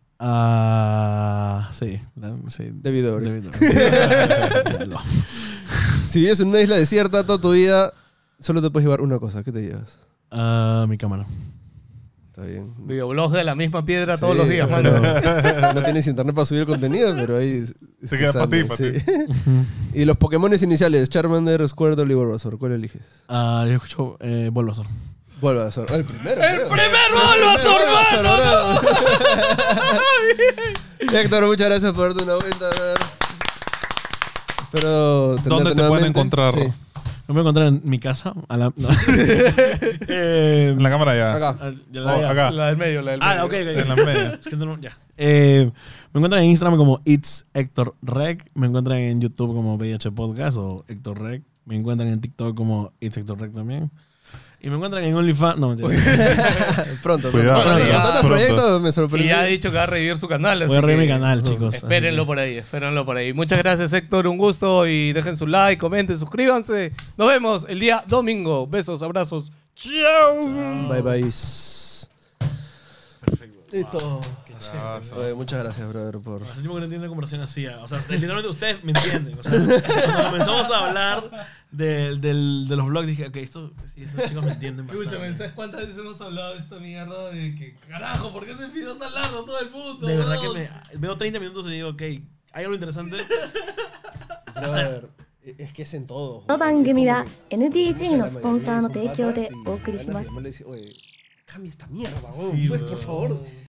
Sí. Sí. David Dobrik. David Dobrik. No. Si vives en una isla desierta toda tu vida, solo te puedes llevar una cosa. ¿Qué te llevas? Mi cámara. Está Está bien. Videoblogs de la misma piedra todos Sí, los días, pero mano. no tienes internet para subir el contenido, pero ahí... Se queda para ti, sí. Y los Pokémones iniciales, Charmander, Squirtle y Bulbasaur, ¿cuál eliges? Yo escucho Bulbasaur. Bulbasaur. El primero. ¡El primer Bulbasaur, mano! Héctor, muchas gracias por darte una vuelta. A ver. Espero tenerte ¿Dónde te pueden nuevamente. encontrar? Sí. Me voy a encontrar en mi casa. No. En la cámara ya. Acá. Acá. La del medio, la del medio. Ok. En la media. Es que ya. Me encuentran en Instagram como It's Héctor Rec. Me encuentran en YouTube como VIH Podcast o Héctor Rec. Me encuentran en TikTok como It's Héctor Rec también. Y me encuentran en OnlyFans. No, mentira. Pronto. Cuidado. Con tantos Pronto. proyectos me Y sorprendió. ya ha dicho que va a revivir su canal. Voy a así reír mi que canal, chicos. Espérenlo por ahí, espérenlo por ahí. Muchas gracias, Héctor. Un gusto y dejen su like, comenten, suscríbanse. Nos vemos el día domingo. Besos, abrazos. Chao. Bye bye. Perfecto. Listo. Gracias. Oye, muchas gracias, brother, por... Hace tiempo que no tiene una conversación así. O sea, literalmente ustedes me entienden. O sea, cuando comenzamos a hablar de los blogs, dije, ok, estos chicos me entienden bastante. Escúchame, ¿sabes cuántas veces hemos hablado de esta mierda? De que, carajo, ¿por qué ese video tan largo todo el mundo? De verdad que weón? veo 30 minutos y digo, ok, ¿hay algo interesante? Brother, es que es en todo. この番組は NTG のスポンサーの提供でお送りします。 Oye, cambia esta mierda, Sí, pues, weón. por favor.